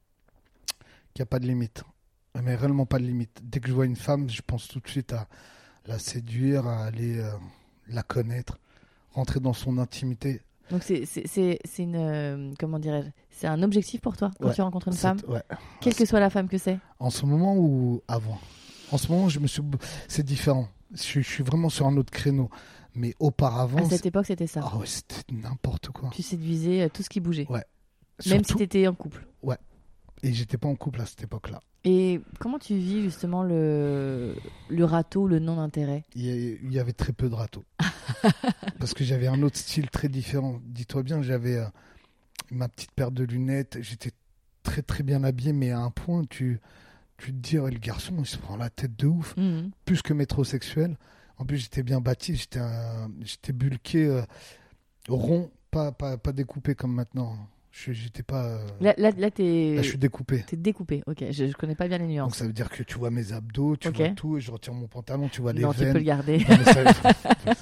qui a pas de limite. Mais réellement pas de limite. Dès que je vois une femme, je pense tout de suite à la séduire, à aller euh, la connaître, rentrer dans son intimité. Donc, c'est, c'est, c'est, c'est une. euh, comment dirais-je? C'est un objectif pour toi quand Ouais. tu rencontres une C'est- femme? ouais. Quelle que soit la femme que c'est? En ce moment ou avant? En ce moment, je me suis. C'est différent. Je, suis- je suis vraiment sur un autre créneau. Mais auparavant, À cette c'est- époque, c'était ça. ah ouais, c'était n'importe quoi. Tu séduisais euh, tout ce qui bougeait. Ouais. Même si Surtout- tu étais en couple. Et j'étais pas en couple à cette époque-là. Et comment tu vis justement le, le râteau, le non-intérêt? Il y, a- il y avait très peu de râteaux. Parce que j'avais un autre style très différent. Dis-toi bien, j'avais euh, ma petite paire de lunettes. J'étais très très bien habillé, mais à un point, tu, tu te dis, ouais, le garçon, il se prend la tête de ouf. Mhm. Plus que métrosexuel. En plus, j'étais bien bâti. J'étais, un- j'étais bulqué, euh, rond, pas, pas, pas découpé comme maintenant. Je, j'étais pas. euh, Là, là, là, t'es, là, je suis découpé. t'es découpé. Ok, je, je connais pas bien les Donc nuances. ça veut dire que tu vois mes abdos, tu Ok. vois tout, et je retire mon pantalon, tu vois les Non, tu peux le veines. garder. Non, mais ça-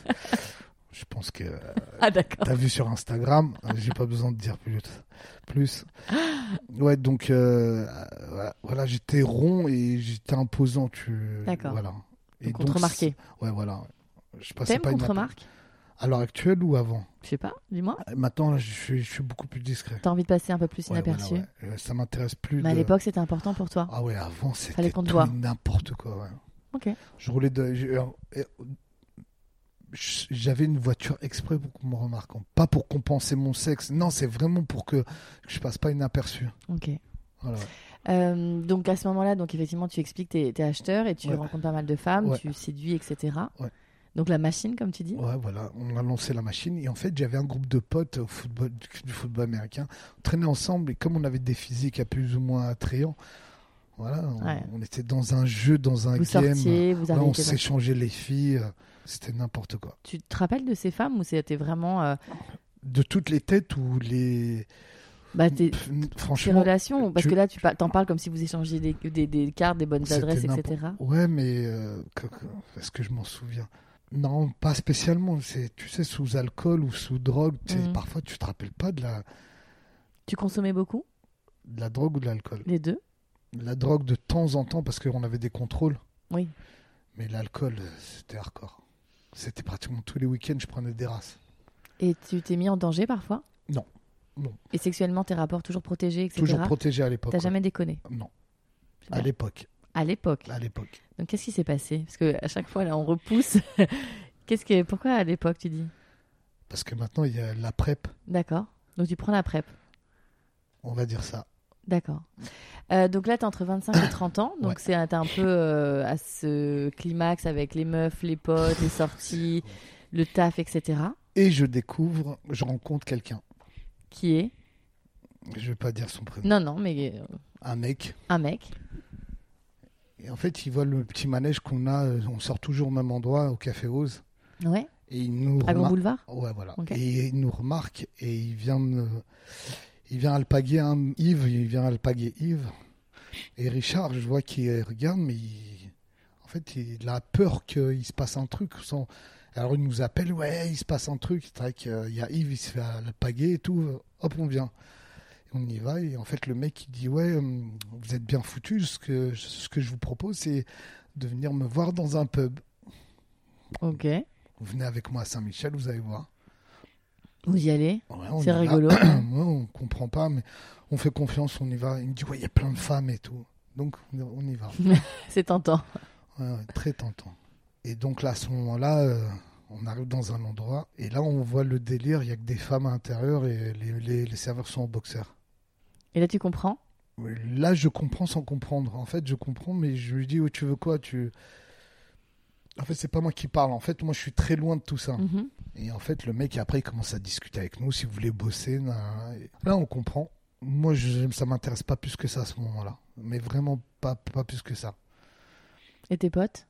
je pense que euh, Ah, d'accord. t'as vu sur Instagram, euh, j'ai pas besoin de dire plus. plus. Ouais, donc euh, voilà, voilà, j'étais rond et j'étais imposant. Tu... D'accord. Voilà. Et Donc, on te remarquait. c'est- Ouais, voilà. Je passais T'aimes pas qu'on te une remarque? À l'heure actuelle ou avant? Je sais pas, dis-moi. Euh, Maintenant, là, je suis, je suis beaucoup plus discret. T'as envie de passer un peu plus Ouais, inaperçu? voilà, ouais. Euh, Ça m'intéresse plus. Mais à de- l'époque, c'était important pour toi. Ah ouais, avant, Fallait c'était qu'on te tout voie. et n'importe quoi. Ouais. Ok. Je roulais de. j'ai- euh, euh, J'avais une voiture exprès pour qu'on me remarque. Pas pour compenser mon sexe. Non, c'est vraiment pour que, que je passe pas inaperçu. Ok. Voilà, ouais. Euh, donc à ce moment-là, donc effectivement, tu expliques, t'es, t'es acheteur et tu Ouais. rencontres pas mal de femmes, Ouais. tu séduis, et cetera. Ouais. Donc la machine, comme tu dis. Ouais, voilà. On a lancé la machine. Et en fait, j'avais un groupe de potes au football, du, du football américain. On traînait ensemble. Et comme on avait des physiques à plus ou moins attrayants, voilà, on, Ouais. on était dans un jeu, dans un Vous game. sortiez, vous Ouais, arriviez. on s'échangeait les filles. C'était n'importe quoi. Tu te rappelles de ces femmes ou c'était vraiment euh, De toutes les têtes ou les. bah, tes, Pff, tes franchement. relations? Parce tu- que là, tu pa- t'en parles comme si vous échangez des, des, des cartes, des bonnes C'était adresses, et n'importe- cetera. Ouais, mais euh, que- que- est-ce que je m'en souviens? Non, pas spécialement. C'est, tu sais, sous alcool ou sous drogue, tu sais, Mhm. parfois tu te rappelles pas de la, Tu consommais beaucoup? de la drogue ou de l'alcool. Les deux? La drogue de temps en temps parce qu'on avait des contrôles, Oui. mais l'alcool, euh, c'était hardcore. C'était pratiquement tous les week-ends, je prenais des races. Et tu t'es mis en danger parfois? Non, non. Et sexuellement, tes rapports toujours protégés, et cetera. Toujours protégé à l'époque. T'as ouais. jamais déconné? Non, Super. à l'époque. À l'époque. À l'époque. Donc qu'est-ce qui s'est passé? Parce que à chaque fois là on repousse. Qu'est-ce que pourquoi à l'époque tu dis? Parce que maintenant, il y a la PrEP, D'accord. Donc tu prends la PrEP. on va dire ça. D'accord. Euh, donc là, t'es entre vingt-cinq et trente ans. Donc Ouais. c'est, t'es un peu euh, à ce climax avec les meufs, les potes, les sorties, le taf, et cetera. Et je découvre, je rencontre quelqu'un. Qui est Je vais pas dire son prénom. Non, non, mais euh, Un mec. un mec. Et en fait, il voit le petit manège qu'on a. euh, On sort toujours au même endroit, au Café Rose. Ouais. Et il nous À Grand remarque. Boulevard. Ouais, voilà. Ok. Et il nous remarque et il vient me... il vient alpaguer un... Yves, il vient alpaguer Yves. Et Richard, je vois qu'il regarde, mais il... en fait, il a peur qu'il se passe un truc. Sans... Alors il nous appelle, ouais, il se passe un truc. Il y a Yves, il se fait alpaguer et tout. Hop, on vient. Et on y va. Et en fait, le mec, il dit, ouais, vous êtes bien foutus. Ce que, ce que je vous propose, c'est de venir me voir dans un pub. Ok. Vous venez avec moi à Saint-Michel, vous allez voir. Vous y allez. Ouais, on C'est y va. rigolo. Ouais, on comprend pas, mais on fait confiance, on y va. Il me dit, ouais, il y a plein de femmes et tout. Donc, on y va. C'est tentant. Ouais, ouais, très tentant. Et donc, là, à ce moment-là, euh, on arrive dans un endroit, et là, on voit le délire, il y a que des femmes à l'intérieur, et les, les, les serveurs sont en boxeur. Et là, tu comprends. Là, je comprends sans comprendre. En fait, je comprends, mais je lui dis, oh, tu veux quoi tu... En fait, c'est pas moi qui parle. En fait, moi, je suis très loin de tout ça. Mhm. Et en fait, le mec, après, il commence à discuter avec nous, si vous voulez bosser. Nan, nan. Et là, on comprend. Moi, je, ça m'intéresse pas plus que ça à ce moment-là. Mais vraiment pas, pas plus que ça. Et tes potes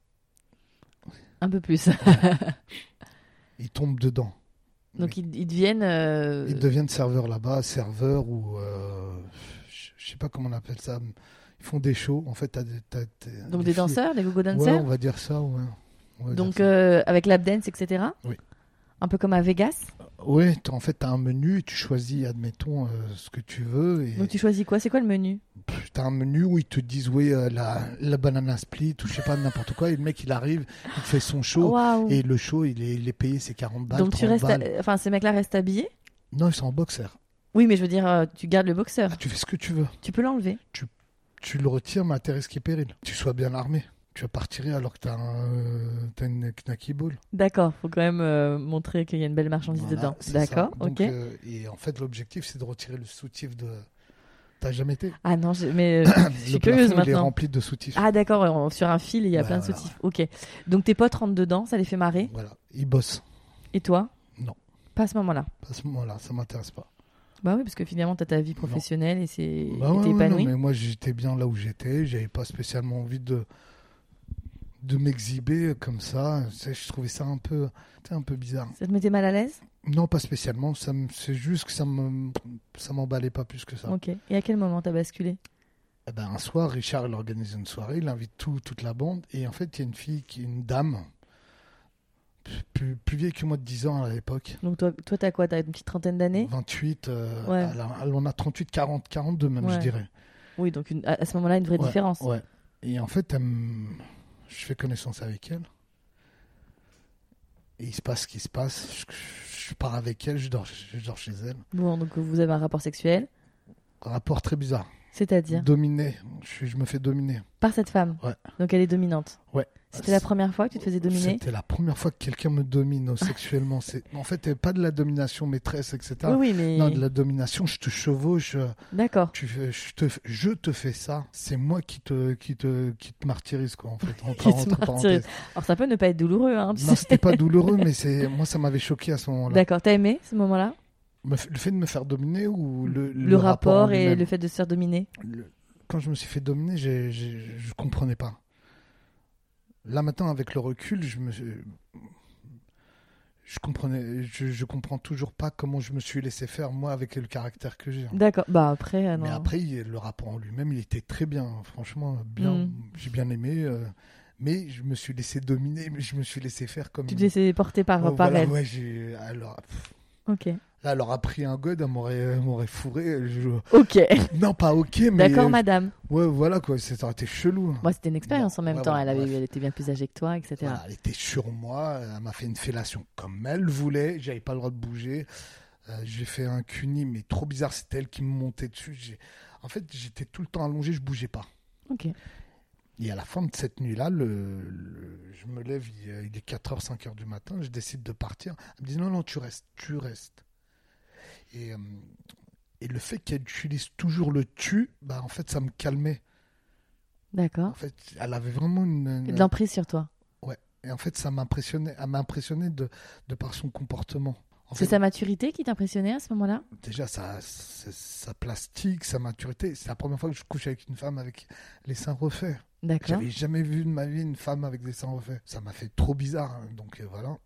un peu plus. Ils tombent dedans. Donc ils, ils deviennent. euh, Ils deviennent serveurs là-bas, serveurs ou... euh, je je sais pas comment on appelle ça. Ils font des shows. En fait, t'as, des- t'as, t'as Donc des filles- danseurs, des go-go Ouais, dancers. on va dire ça, ouais. On va dire Donc ça. euh, avec lap dance, et cetera. Oui. Un peu comme à Vegas. Ouais, t'as- en fait, tu as un menu, tu choisis, admettons, euh, ce que tu veux. Et Donc tu choisis quoi? C'est quoi le menu? tu as un menu où ils te disent, oui, euh, la, la banana split, ou je sais pas, n'importe quoi. Et le mec, il arrive, il te fait son show. Waouh. Et le show, il est, il est payé, c'est quarante balles. Donc tu trente restes, balles. à- enfin ces mecs-là restent habillés. Non, ils sont en boxer. Oui, mais je veux dire, euh, tu gardes le boxeur. Ah, tu fais ce que tu veux. Tu peux l'enlever. Tu le retires, mais à tes risques et périls. Tu sois bien armé. Tu vas pas retirer alors que tu as, euh, une knacky ball. D'accord. Faut quand même euh, montrer qu'il y a une belle marchandise Voilà, dedans. c'est D'accord. ça. Donc, Ok. euh, et en fait, l'objectif, c'est de retirer le soutif de. T'as jamais été Ah non, j'ai- mais euh, je Le suis curieuse plafond, il est maintenant. rempli de soutifs. Ah d'accord, ouais, on- sur un fil, il y a Ouais, plein de voilà. soutifs. Ok. Donc tes potes rentrent dedans, ça les fait marrer. Voilà, ils bossent. Et toi? Non. Pas à ce moment-là. À ce moment-là, ça m'intéresse pas. Bah oui, parce que finalement, t'as ta vie professionnelle et c'est Bah et ouais, t'es ouais, non, épanoui. mais moi, j'étais bien là où j'étais. J'avais pas spécialement envie de de m'exhiber comme ça. Tu sais, je trouvais ça un peu, tu sais, un peu bizarre. Ça te mettait mal à l'aise? Non, pas spécialement. Ça me- c'est juste que ça me, ça m'emballait pas plus que ça. Ok. Et à quel moment t'as basculé? Eh ben, un soir, Richard, il organise une soirée. Il invite tout, toute la bande. Et en fait, il y a une fille, qui, une dame, plus, plus vieille que moi de dix ans à l'époque. Donc toi, toi t'as quoi? T'as une petite trentaine d'années? vingt-huit. euh, Ouais. elle, a- elle en a trente-huit, quarante, quarante-deux même, Ouais. je dirais. Oui, donc une- à à ce moment-là, une vraie Ouais, différence. Ouais. Et en fait, elle me- je fais connaissance avec elle. Et il se passe ce qui se passe. Je, je pars avec elle, je dors, je dors chez elle. Bon, donc vous avez un rapport sexuel, Rapport très bizarre. c'est-à-dire Dominé. Je, suis- je me fais dominer. par cette femme. Ouais. Donc elle est dominante. Ouais. C'était la première fois que tu te faisais dominer? C'était la première fois que quelqu'un me domine oh, sexuellement. C'est... En fait, pas de la domination maîtresse, et cetera. Oui, oui, mais Non, de la domination, je te chevauche, euh, d'accord. tu fais- je, te, je te fais ça. C'est moi qui te, qui te, qui te martyrise, quoi, en fait. En, Qui te entre martyrise. parenthèses. Alors ça peut ne pas être douloureux, hein. tu Non, sais. c'était pas douloureux, mais c'est... moi, ça m'avait choqué à ce moment-là. D'accord. T'as aimé ce moment-là? Me f- Le fait de me faire dominer ou le, Le, rapport en et lui-même le fait de se faire dominer? Le- Quand je me suis fait dominer, j'ai, j'ai, je comprenais pas. Là maintenant, avec le recul, je me, je comprenais, je, je comprends toujours pas comment je me suis laissé faire moi avec le caractère que j'ai. D'accord. Bah après, euh, non. Mais après, il- le rapport en lui-même, il était très bien, franchement bien. Mm. J'ai bien aimé, euh, mais je me suis laissé dominer, mais je me suis laissé faire comme. Tu te laissais porter par, Oh, par voilà, elle. ouais, j'ai, alors, pff, Ok. là, elle aurait pris un god, elle m'aurait, elle m'aurait fourré. je- Ok. Non, pas ok, mais. D'accord, madame. Ouais, voilà quoi, ça aurait été chelou. Moi, c'était une expérience Bon, en même ouais, temps. voilà, elle, avait, bref. elle était bien plus âgée que toi, et cetera. Voilà, elle était sur moi, elle m'a fait une fellation comme elle voulait, j'avais pas le droit de bouger. Euh, j'ai fait un cuni, mais trop bizarre, c'était elle qui me montait dessus. J'ai... En fait, j'étais tout le temps allongé, je bougeais pas. Ok. Et à la fin de cette nuit-là, le, le- je me lève, il, est- il est quatre heures, cinq heures du matin, je décide de partir. Elle me dit non, non, tu restes, tu restes. Et, euh, Et le fait qu'elle utilise toujours le tu, bah, en fait, ça me calmait. D'accord. En fait, elle avait vraiment une... une... De l'emprise sur toi. Ouais. Et en fait, ça m'impressionnait. Elle m'a impressionné de, de par son comportement. En C'est fait, sa maturité qui t'impressionnait à ce moment-là? déjà, sa, sa, sa plastique, sa maturité. C'est la première fois que je couche avec une femme avec les seins refaits. D'accord. J'avais jamais vu de ma vie une femme avec des seins refaits. Ça m'a fait trop bizarre. Hein. Donc euh, voilà.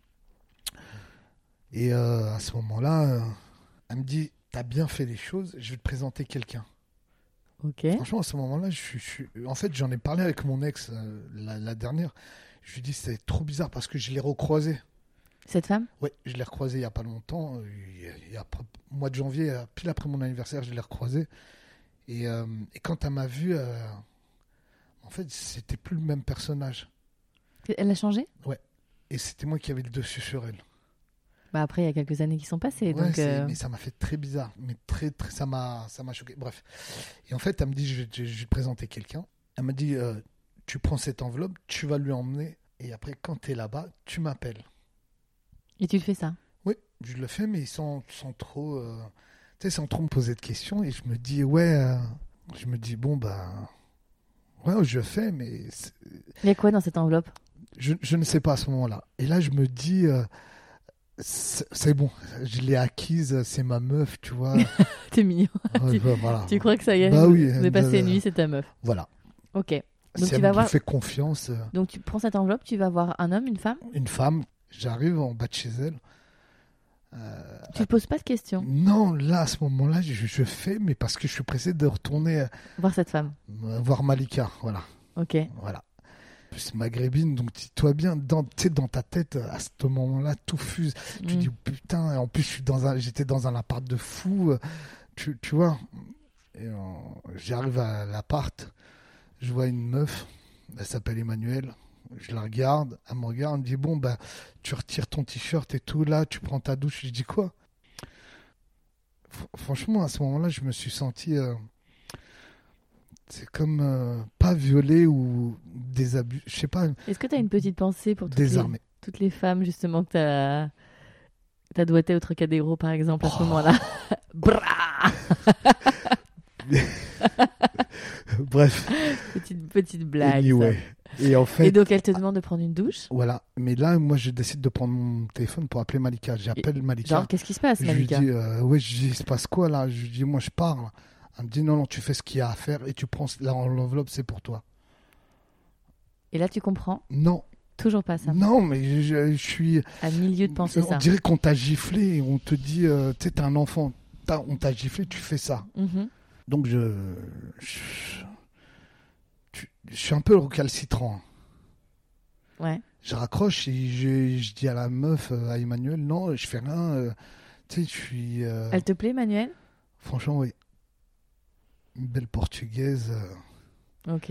Et euh, à ce moment-là, euh, elle me dit, t'as bien fait les choses, je vais te présenter quelqu'un. Ok. Franchement, à ce moment-là, je suis, je suis... en fait, j'en ai parlé avec mon ex euh, la, la dernière. Je lui ai dit, c'est trop bizarre parce que je l'ai recroisée. Cette femme? Oui, je l'ai recroisée il n'y a pas longtemps. Il y a, il y a, au mois de janvier, pile après mon anniversaire, je l'ai recroisée. Et, euh, et quand elle m'a vu, euh, en fait, c'était plus le même personnage. Elle a changé? Ouais. Et c'était moi qui avais le dessus sur elle. Bah après, il y a quelques années qui sont passées. Ouais, donc euh... mais ça m'a fait très bizarre. Mais très, très, ça m'a, ça m'a choqué. Bref. Et en fait, elle me dit, je vais, je vais te présenter quelqu'un. Elle m'a dit, euh, tu prends cette enveloppe, tu vas lui emmener. Et après, quand tu es là-bas, tu m'appelles. Et tu le fais ça? Oui, je le fais, mais sans, sans trop, euh, tu sais, sans trop me poser de questions. Et je me dis, ouais, euh, je me dis, bon, bah, ouais, je le fais, mais... c'est... Il y a quoi dans cette enveloppe? je, je ne sais pas à ce moment-là. Et là, je me dis... Euh, C'est, c'est bon, je l'ai acquise, c'est ma meuf, tu vois. T'es mignon. Ouais, tu, bah, voilà. tu crois que ça y est? Bah oui. Vous avez passé bah, une nuit, c'est ta meuf. Voilà. Ok. Donc si tu elle vas me voir. fait confiance. Donc tu prends cette enveloppe, tu vas voir un homme, une femme? Une femme. J'arrive en bas de chez elle. Euh, tu ne poses pas de questions? Non, là, à ce moment-là, je, je fais, mais parce que je suis pressé de retourner voir cette femme. Voir Malika, voilà. Ok. Voilà. C'est maghrébine, donc dis-toi bien, dans, dans ta tête, à ce moment-là, tout fuse. Mm. Tu dis, putain, en plus, je suis dans un, j'étais dans un appart de fou, tu, tu vois. Et, euh, j'arrive à l'appart, je vois une meuf, elle s'appelle Emmanuelle, je la regarde, elle me regarde, elle me dit, bon, bah, tu retires ton t-shirt et tout, là, tu prends ta douche. Je dis, quoi? F- Franchement, à ce moment-là, je me suis senti... Euh, c'est comme euh, pas violé ou désabusé, je sais pas. Est-ce que tu as une petite pensée pour toutes les, toutes les femmes justement que tu as t'as doigté au Trocadéro par exemple à oh. ce moment-là? Bref. Petite, petite blague. Anyway. Et, en fait, et donc elle te demande de prendre une douche? Voilà. Mais là, moi, je décide de prendre mon téléphone pour appeler Malika. J'appelle et, Malika. Genre, qu'est-ce qui se passe, Malika? Je lui dis, euh, ouais, je dis, il se passe quoi là? Je lui dis, moi, je parle. Elle me dit non, non, tu fais ce qu'il y a à faire et tu prends l'enveloppe, c'est pour toi. Et là, tu comprends? Non. Toujours pas ça? Non, mais je, je suis... À milieu de penser on ça. On dirait qu'on t'a giflé et on te dit, euh, tu sais, t'es un enfant, t'as, on t'a giflé, tu fais ça. Mm-hmm. Donc, je, je, je... Je suis un peu recalcitrant. Ouais. Je raccroche et je, je dis à la meuf, à Emmanuel, non, je fais rien. Euh, tu sais, je suis... Euh... Elle te plaît, Emmanuel? Franchement, oui. Une belle portugaise. Euh... Ok.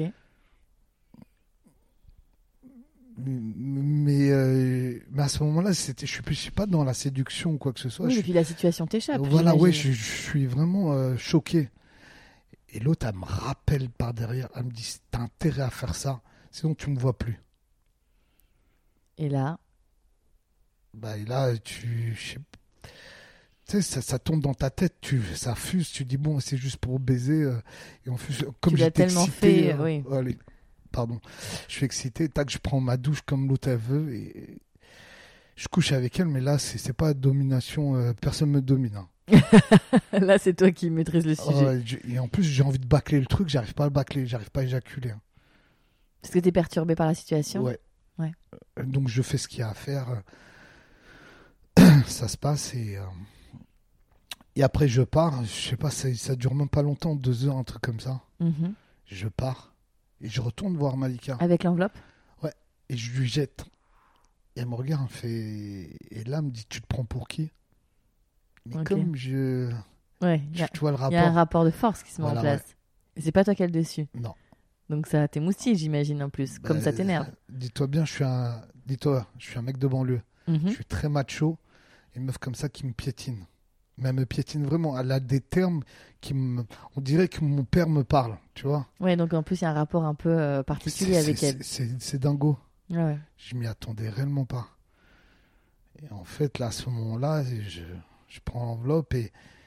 Mais, euh, mais à ce moment-là, c'était, je ne suis pas dans la séduction ou quoi que ce soit. Oui, je et puis suis... la situation t'échappe. Voilà, ouais, je, je suis vraiment euh, choqué. Et l'autre, elle me rappelle par derrière. Elle me dit, t'as intérêt à faire ça, sinon tu ne me vois plus. Et là Bah, et là, tu... Je sais... Tu sais, ça, ça tombe dans ta tête, tu, ça fuse, tu dis bon, c'est juste pour baiser. Euh, et on fuse, comme tu l'as tellement excité, fait, euh, oui. Allez, pardon. Je suis excité, tac, je prends ma douche comme l'autre elle veut et je couche avec elle, mais là, c'est, c'est pas domination, euh, personne me domine. Hein. Là, c'est toi qui maîtrises le sujet. Euh, et en plus, j'ai envie de bâcler le truc, j'arrive pas à le bâcler, j'arrive pas à éjaculer. Hein. Parce que t'es perturbé par la situation? Ouais. ouais. Euh, donc, je fais ce qu'il y a à faire. Ça se passe et... Euh... Et après, je pars, je sais pas, ça, ça dure même pas longtemps, deux heures, un truc comme ça. Mm-hmm. Je pars et je retourne voir Malika. Avec l'enveloppe? Ouais, et je lui jette. Et elle me regarde, elle fait... Et là, elle me dit, tu te prends pour qui? Mais okay. Comme je... Ouais, tu, a, tu vois le rapport. Il y a un rapport de force qui se met voilà, en place. Ouais. Et c'est pas toi qui as le dessus? Non. Donc ça t'émoustille, j'imagine, en plus, bah, comme ça t'énerve. Dis-toi bien, je suis un... Dis-toi, je suis un mec de banlieue. Mm-hmm. Je suis très macho. Une meuf comme ça qui me piétine. Mais elle me piétine vraiment. Elle a des termes qui me... On dirait que mon père me parle, tu vois. Ouais, donc en plus, il y a un rapport un peu euh, particulier c'est, avec c'est, elle. C'est, c'est, c'est dingo. Ouais, ouais. Je m'y attendais réellement pas. Et en fait, là, à ce moment-là, je, je prends l'enveloppe et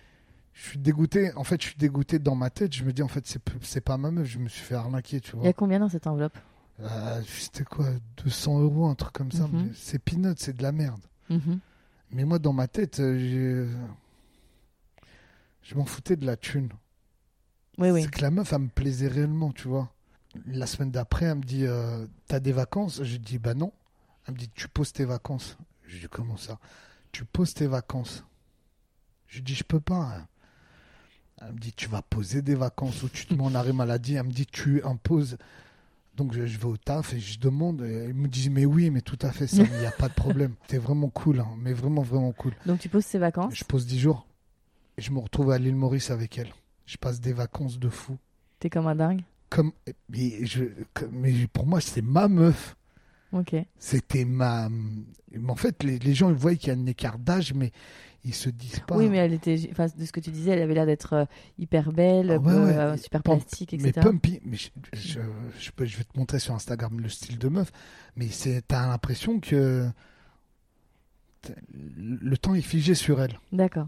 Je suis dégoûté. En fait, je suis dégoûté dans ma tête. Je me dis, en fait, c'est, c'est pas ma meuf. Je me suis fait arnaquer, tu vois. Il y a combien dans cette enveloppe? euh, C'était quoi, deux cents euros, un truc comme ça. Mm-hmm. Mais c'est peanut, c'est de la merde. Mm-hmm. Mais moi, dans ma tête, euh, j'ai... je m'en foutais de la thune. Oui, c'est oui. que la meuf, elle me plaisait réellement, tu vois. La semaine d'après, elle me dit, euh, t'as des vacances? Je dis, bah non. Elle me dit, tu poses tes vacances. Je dis, comment ça? Tu poses tes vacances. Je dis, je peux pas. Hein. Elle me dit, tu vas poser des vacances ou tu te mets en arrêt maladie. Elle me dit, tu imposes. Donc je, je vais au taf et je demande. Et ils me disent, mais oui, mais tout à fait, ça, il n'y a pas de problème. T'es vraiment cool, hein, mais vraiment, vraiment cool. Donc tu poses tes vacances? Je pose dix jours et je me retrouve à l'île Maurice avec elle. Je passe des vacances de fou. T'es comme un dingue? Comme, mais, je, mais pour moi, c'est ma meuf. Ok. C'était ma. En fait, les, les gens ils voient qu'il y a un écart d'âge, mais ils se disent pas. Oui, mais elle était, enfin, de ce que tu disais, elle avait l'air d'être euh, hyper belle, Ah ouais, ouais. euh, super Pump, plastique, mais et cetera. pumpy. Mais je, je, je, peux, je vais te montrer sur Instagram le style de meuf, mais c'est, t'as l'impression que le temps est figé sur elle. D'accord.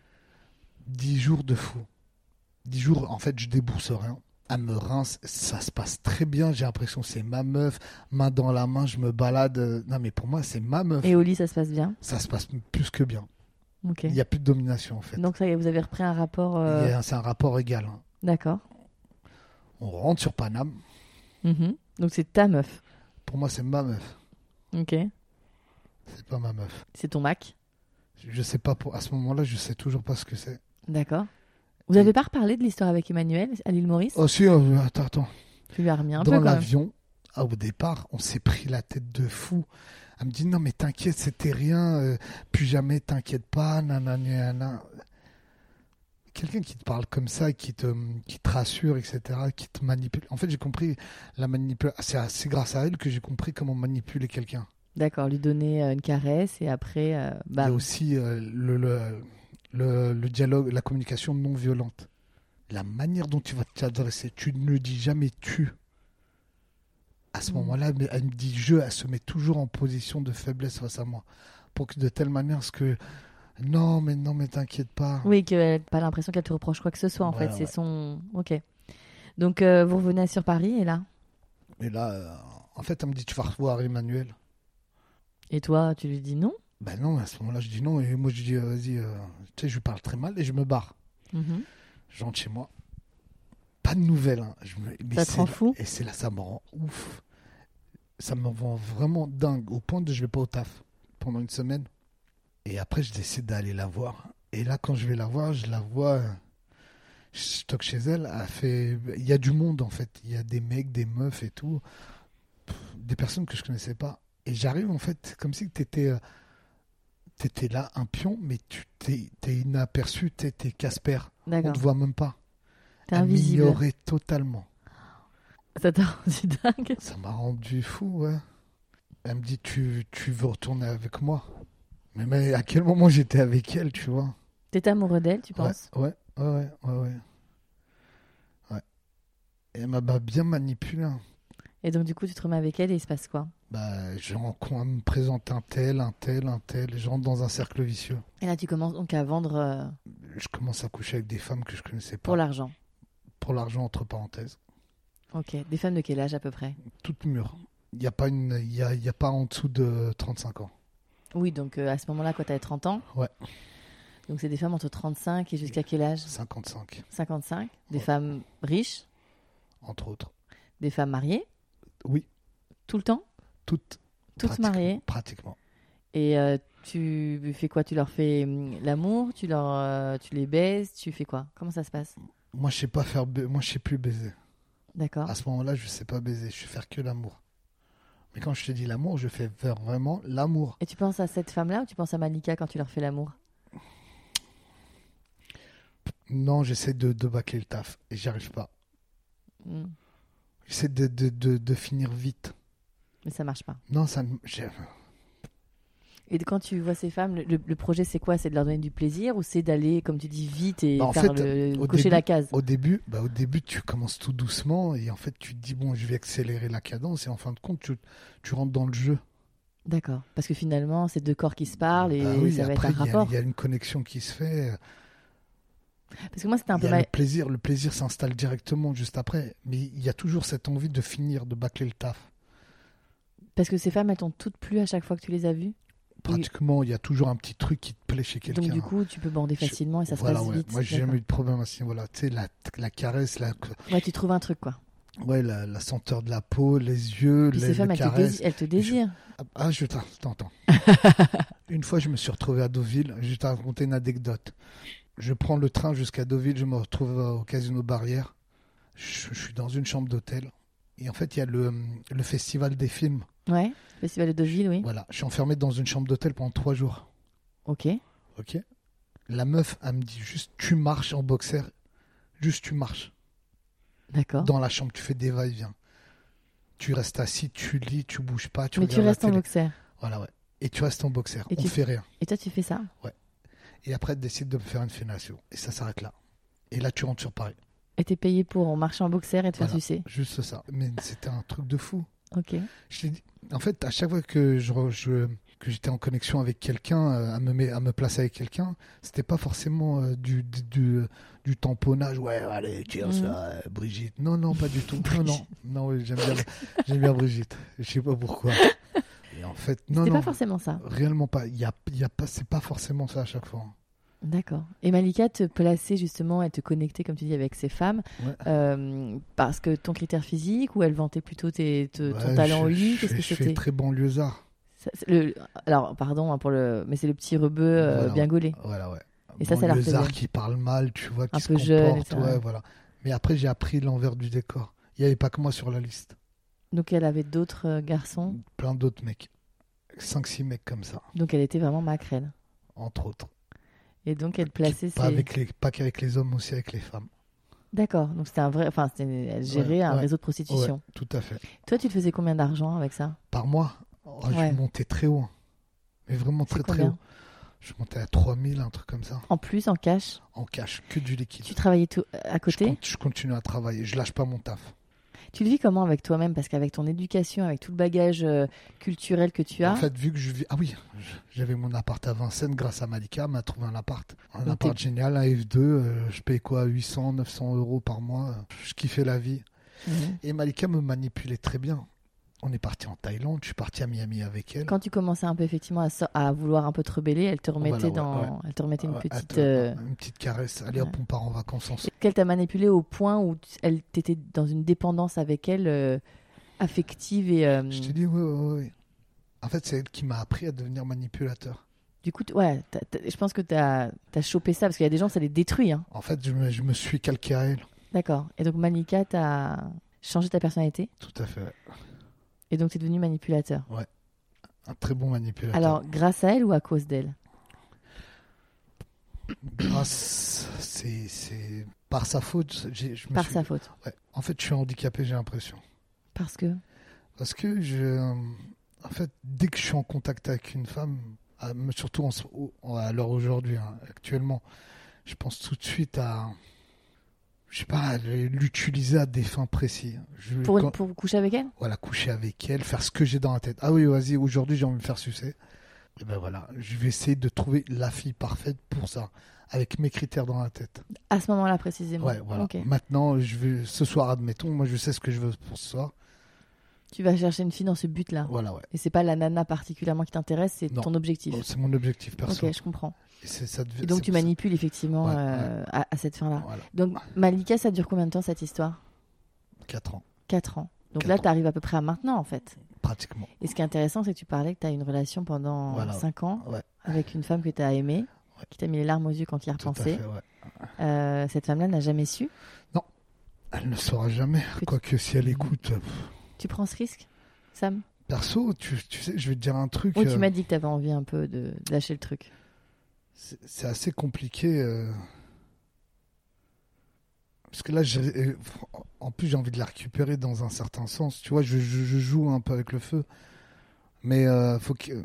Dix jours de fou. Dix jours, en fait, je débourse rien. Elle me rince, ça se passe très bien. J'ai l'impression que c'est ma meuf, main dans la main, je me balade. Non, mais pour moi, c'est ma meuf. Et au lit, ça se passe bien? Ça se passe plus que bien. Ok. Il n'y a plus de domination, en fait. Donc ça y est, vous avez repris un rapport... euh... Il y a- c'est un rapport égal. Hein. D'accord. On rentre sur Paname. Mm-hmm. Donc c'est ta meuf? Pour moi, c'est ma meuf. Ok. C'est pas ma meuf. C'est ton Mac? Je sais pas, pour... à ce moment-là, je sais toujours pas ce que c'est. D'accord. Vous n'avez pas reparlé de l'histoire avec Emmanuel à l'île Maurice? Oh si, oh, attends, attends. Tu lui as remis un Dans peu quand même. l'avion, ah, au départ, on s'est pris la tête de fou. Elle me dit, non mais t'inquiète, c'était rien, euh, plus jamais, t'inquiète pas, nanana, nanana. Quelqu'un qui te parle comme ça, qui te, qui te rassure, et cetera, qui te manipule. En fait, j'ai compris la manipulation. C'est, c'est grâce à elle que j'ai compris comment manipuler quelqu'un. D'accord, lui donner euh, une caresse et après... Euh, Il y a bam. aussi euh, le, le, le, le dialogue, la communication non violente. La manière dont tu vas t'adresser, tu ne dis jamais tu. À ce Mmh. moment-là, mais elle me dit je, elle se met toujours en position de faiblesse face à moi. Pour que de telle manière, ce que non, mais non, mais t'inquiète pas. Oui, qu'elle n'a pas l'impression qu'elle te reproche quoi que ce soit en Ouais, fait. C'est ouais. son... Ok. Donc euh, vous revenez sur Paris et là? Et là, euh, en fait, elle me dit tu vas revoir Emmanuel. Et toi, tu lui dis non? Ben non, à ce moment-là, je dis non. Et moi, je dis, euh, vas-y, euh, tu sais, je lui parle très mal et je me barre. Mhm. Je rentre chez moi. Pas de nouvelles. Hein. Je me... mais Ça te c'est rend là- fou? Et c'est là, ça me rend ouf. Ça me rend vraiment dingue, au point de je vais pas au taf pendant une semaine. Et après, je décide d'aller la voir. Et là, quand je vais la voir, je la vois. Je toque chez elle. Elle fait... Il y a du monde, en fait. Il y a des mecs, des meufs et tout. Pff, des personnes que je connaissais pas. Et j'arrive, en fait, comme si tu étais... T'étais là, un pion, mais tu t'es, t'es inaperçu, t'es, t'es Casper. On D'accord. te voit même pas. T'es Elle invisible. m'ignorait totalement. Ça t'a rendu dingue? Ça m'a rendu fou, ouais. Elle me dit, tu, tu veux retourner avec moi? mais, mais à quel moment j'étais avec elle, tu vois? T'es amoureux d'elle, tu penses? Ouais, ouais, ouais, ouais, ouais. ouais. Et elle m'a bah, bien manipulé. Hein. Et donc du coup, tu te remets avec elle et il se passe quoi? Bah, je rencontre, elle me présente un tel, un tel, un tel. Je rentre dans un cercle vicieux. Et là, tu commences donc à vendre euh, Je commence à coucher avec des femmes que je connaissais pas. pour l'argent. Pour l'argent, entre parenthèses. Ok. Des femmes de quel âge à peu près? Toutes mûres. Il n'y a, pas une- il y a, il y a pas en dessous de trente-cinq ans. Oui, donc euh, à ce moment-là, quand t'avais trente ans? Ouais. Donc c'est des femmes entre trente-cinq et jusqu'à quel âge? cinquante-cinq, cinquante-cinq? Des Ouais. femmes riches? entre autres. Des femmes mariées? Oui, Tout le temps? toutes. Toutes pratiquement- mariées? Pratiquement. Et euh, tu fais quoi? Tu leur fais hum, l'amour? Tu, leur, euh, tu les baises? Tu fais quoi? Comment ça se passe? Moi, je sais pas faire. ba- Moi, je sais plus baiser. D'accord. À ce moment-là, je sais pas baiser. Je sais faire que l'amour. Mais quand je te dis l'amour, je fais faire vraiment l'amour. Et tu penses à cette femme-là ou tu penses à Malika quand tu leur fais l'amour? Non, j'essaie de, de bâcler le taf et j'y arrive pas. Hmm. J'essaie de, de, de, de finir vite. Mais ça marche pas. Non, ça. ne- j'ai- Et quand tu vois ces femmes, le, le projet c'est quoi? C'est de leur donner du plaisir ou c'est d'aller, comme tu dis, vite et Bah, en faire fait, le, au cocher début- la case? Au début, bah, au début, tu commences tout doucement et en fait, tu te dis bon, je vais accélérer la cadence et en fin de compte, tu, tu rentres dans le jeu. D'accord. Parce que finalement, c'est deux corps qui se parlent et Bah oui, ça va après, être un il y a- rapport. il y, a une connexion qui se fait. Parce que moi, c'était un Il peu y a ma... le plaisir, le plaisir s'installe directement juste après. Mais il y a toujours cette envie de finir, de bâcler le taf. Parce que ces femmes, elles t'ont toutes plu à chaque fois que tu les as vues. Pratiquement, il y a toujours un petit truc qui te plaît chez quelqu'un. Donc du coup, tu peux bander facilement et ça voilà, se passe ouais. vite. Moi, j'ai D'accord. jamais eu de problème à ce niveau-là. Tu sais, la, la caresse, la, Ouais, tu trouves un truc, quoi. ouais, la, la senteur de la peau, les yeux, Puis les, ces femmes, les elles te, caresses. dési- elles te désirent. Je... Ah, je t'entends. Une fois, je me suis retrouvé à Deauville. Je vais te raconter une anecdote. Je prends le train jusqu'à Deauville. Je me retrouve au Casino Barrière. Je, je suis dans une chambre d'hôtel. Et en fait, il y a le, le festival des films. Ouais, festival de Deauville, oui. Voilà, je suis enfermé dans une chambre d'hôtel pendant trois jours. Ok. Ok. La meuf, elle me dit juste, tu marches en boxer. Juste, tu marches. D'accord. Dans la chambre, tu fais des va-et-vient. Tu restes assis, tu lis, tu bouges pas, tu Mais tu regardes la restes en télé. boxer. Voilà, ouais. Et tu restes en boxer. Et On tu- fait rien. Et toi, tu fais ça? Et après, elle décide de me faire une fellation. Et ça s'arrête là. Et là, tu rentres sur Paris. Et t'es payé pour marcher en boxer et te faire Voilà. sucer? Juste ça. Mais c'était un truc de fou. Ok. Je t'ai dit, en fait, à chaque fois que je, je- que j'étais en connexion avec quelqu'un, euh, à me met- à me placer avec quelqu'un, c'était pas forcément euh, du, du, du, du tamponnage. Ouais, allez, tire Mhm. ça, euh, Brigitte. Non, non, pas du tout. Non, non, non, oui, j'aime bien, j'aime bien Brigitte. Je sais pas pourquoi. Et en fait, non, C'était non, pas forcément ça. réellement pas. Il y a, il y a pas, c'est pas forcément ça à chaque fois. D'accord. Et Malika te plaçait justement et te connecter, comme tu dis, avec ces femmes Ouais. euh, parce que ton critère physique ou elle vantait plutôt tes, te- ton Ouais, talent je, au lit? je, Qu'est-ce fais- que je fais c'était? très banlieusard. Ça, c'est le... Alors, pardon hein, pour le, mais c'est le petit rebeu euh, Voilà, bien ouais. gaulé. Voilà, ouais. Et ça, ça leur Banlieusard plaisait. qui parle mal, tu vois, qui Un se peu jeune, comporte. et cetera. Ouais, voilà. Mais après, j'ai appris l'envers du décor. Il n'y avait pas que moi sur la liste. Donc elle avait d'autres euh, garçons. Plein d'autres mecs. cinq six mecs comme ça, Donc elle était vraiment macrène. entre autres. Et donc elle plaçait Pas, ses... avec les, pas qu'avec les hommes, aussi avec les femmes. D'accord. Donc c'était un vrai... Enfin, c'était... elle gérait Ouais, un ouais. réseau de prostitution. Ouais, tout à fait. Toi, tu te faisais combien d'argent avec ça? Par mois, oh, Ouais. je montais très haut. Mais vraiment C'est très très combien? haut. Je montais à trois mille, un truc comme ça. En plus, en cash? En cash, que du liquide. Tu travaillais tout à je, côté? con- je continue à travailler, je lâche pas mon taf. Tu le vis comment avec toi-même? Parce qu'avec ton éducation, avec tout le bagage euh, culturel que tu as, En fait, vu que je vis. Ah oui, je- j'avais mon appart à Vincennes grâce à Malika, elle m'a trouvé un appart. Un Donc appart t'es- génial, un F deux, euh, je paye quoi, huit cents, neuf cents euros par mois. Je kiffais la vie. Mhm. Et Malika me manipulait très bien. On est parti en Thaïlande, je suis parti à Miami avec elle. Quand tu commençais un peu effectivement à, so- à vouloir un peu te rebeller, elle te remettait Voilà, ouais, dans, elle te remettait une Ouais, petite. attends, euh, Une petite caresse. Allez hop, ouais. on part en vacances ensemble. Qu'elle t'a manipulé au point où tu- elle t'étais dans une dépendance avec elle euh, affective et euh, Je t'ai dit, oui, oui, oui. En fait, c'est elle qui m'a appris à devenir manipulateur. du coup, t- ouais, t'as- t'as- je pense que tu as chopé ça parce qu'il y a des gens, ça les détruit. Hein. En fait, je me, je me suis calqué à elle. D'accord. Et donc Malika t'a changé ta personnalité Tout à fait. et donc tu es devenu manipulateur. Un très bon manipulateur. Alors, grâce à elle ou à cause d'elle? Grâce, c'est, c'est par sa faute. j'ai- je me Par suis- sa faute. Ouais. En fait, je suis handicapé, j'ai l'impression. Parce que Parce que je, en fait, dès que je suis en contact avec une femme, à- surtout en ce- au- à l'heure aujourd'hui, hein, actuellement, je pense tout de suite à, je sais pas, à l'utiliser à des fins précises. Je, pour, quand- pour coucher avec elle? voilà, coucher avec elle, faire ce que j'ai dans la tête. Ah oui, vas-y, aujourd'hui j'ai envie de me faire sucer. Et ben voilà, je vais essayer de trouver la fille parfaite pour ça, avec mes critères dans la tête. À ce moment-là précisément. Ouais, voilà. Ok. Maintenant, je vais, ce soir, admettons, moi je sais ce que je veux pour ce soir. Tu vas chercher une fille dans ce but-là. Voilà, ouais. Et c'est pas la nana particulièrement qui t'intéresse, c'est Non. ton objectif. Bon, c'est mon objectif perso. Ok, je comprends. Et, c'est, ça devient- Et donc c'est tu pour ça- manipules effectivement Ouais, euh, À, à cette fin-là. Voilà, Donc Malika, ça dure combien de temps cette histoire? quatre ans, Quatre ans. Donc Quatre là, ans. tu arrives à peu près à maintenant en fait. pratiquement. Et ce qui est intéressant, c'est que tu parlais que tu as une relation pendant Voilà. cinq ans Ouais, avec une femme que tu as aimée, Ouais. qui t'a mis les larmes aux yeux quand tu y tout à repensais. fait, ouais. Euh, cette femme-là n'a jamais su. Elle ne saura jamais, Que tu- quoique si elle écoute. pff, Tu prends ce risque, Sam? Perso, tu, tu sais, je vais te dire un truc. Oui, euh, tu m'as dit que tu avais envie un peu de de lâcher le truc. c'est, c'est assez compliqué. euh, Parce que là, j'ai- euh, en plus, j'ai envie de la récupérer dans un certain sens. Tu vois, je, je- je joue un peu avec le feu. Mais euh, faut que.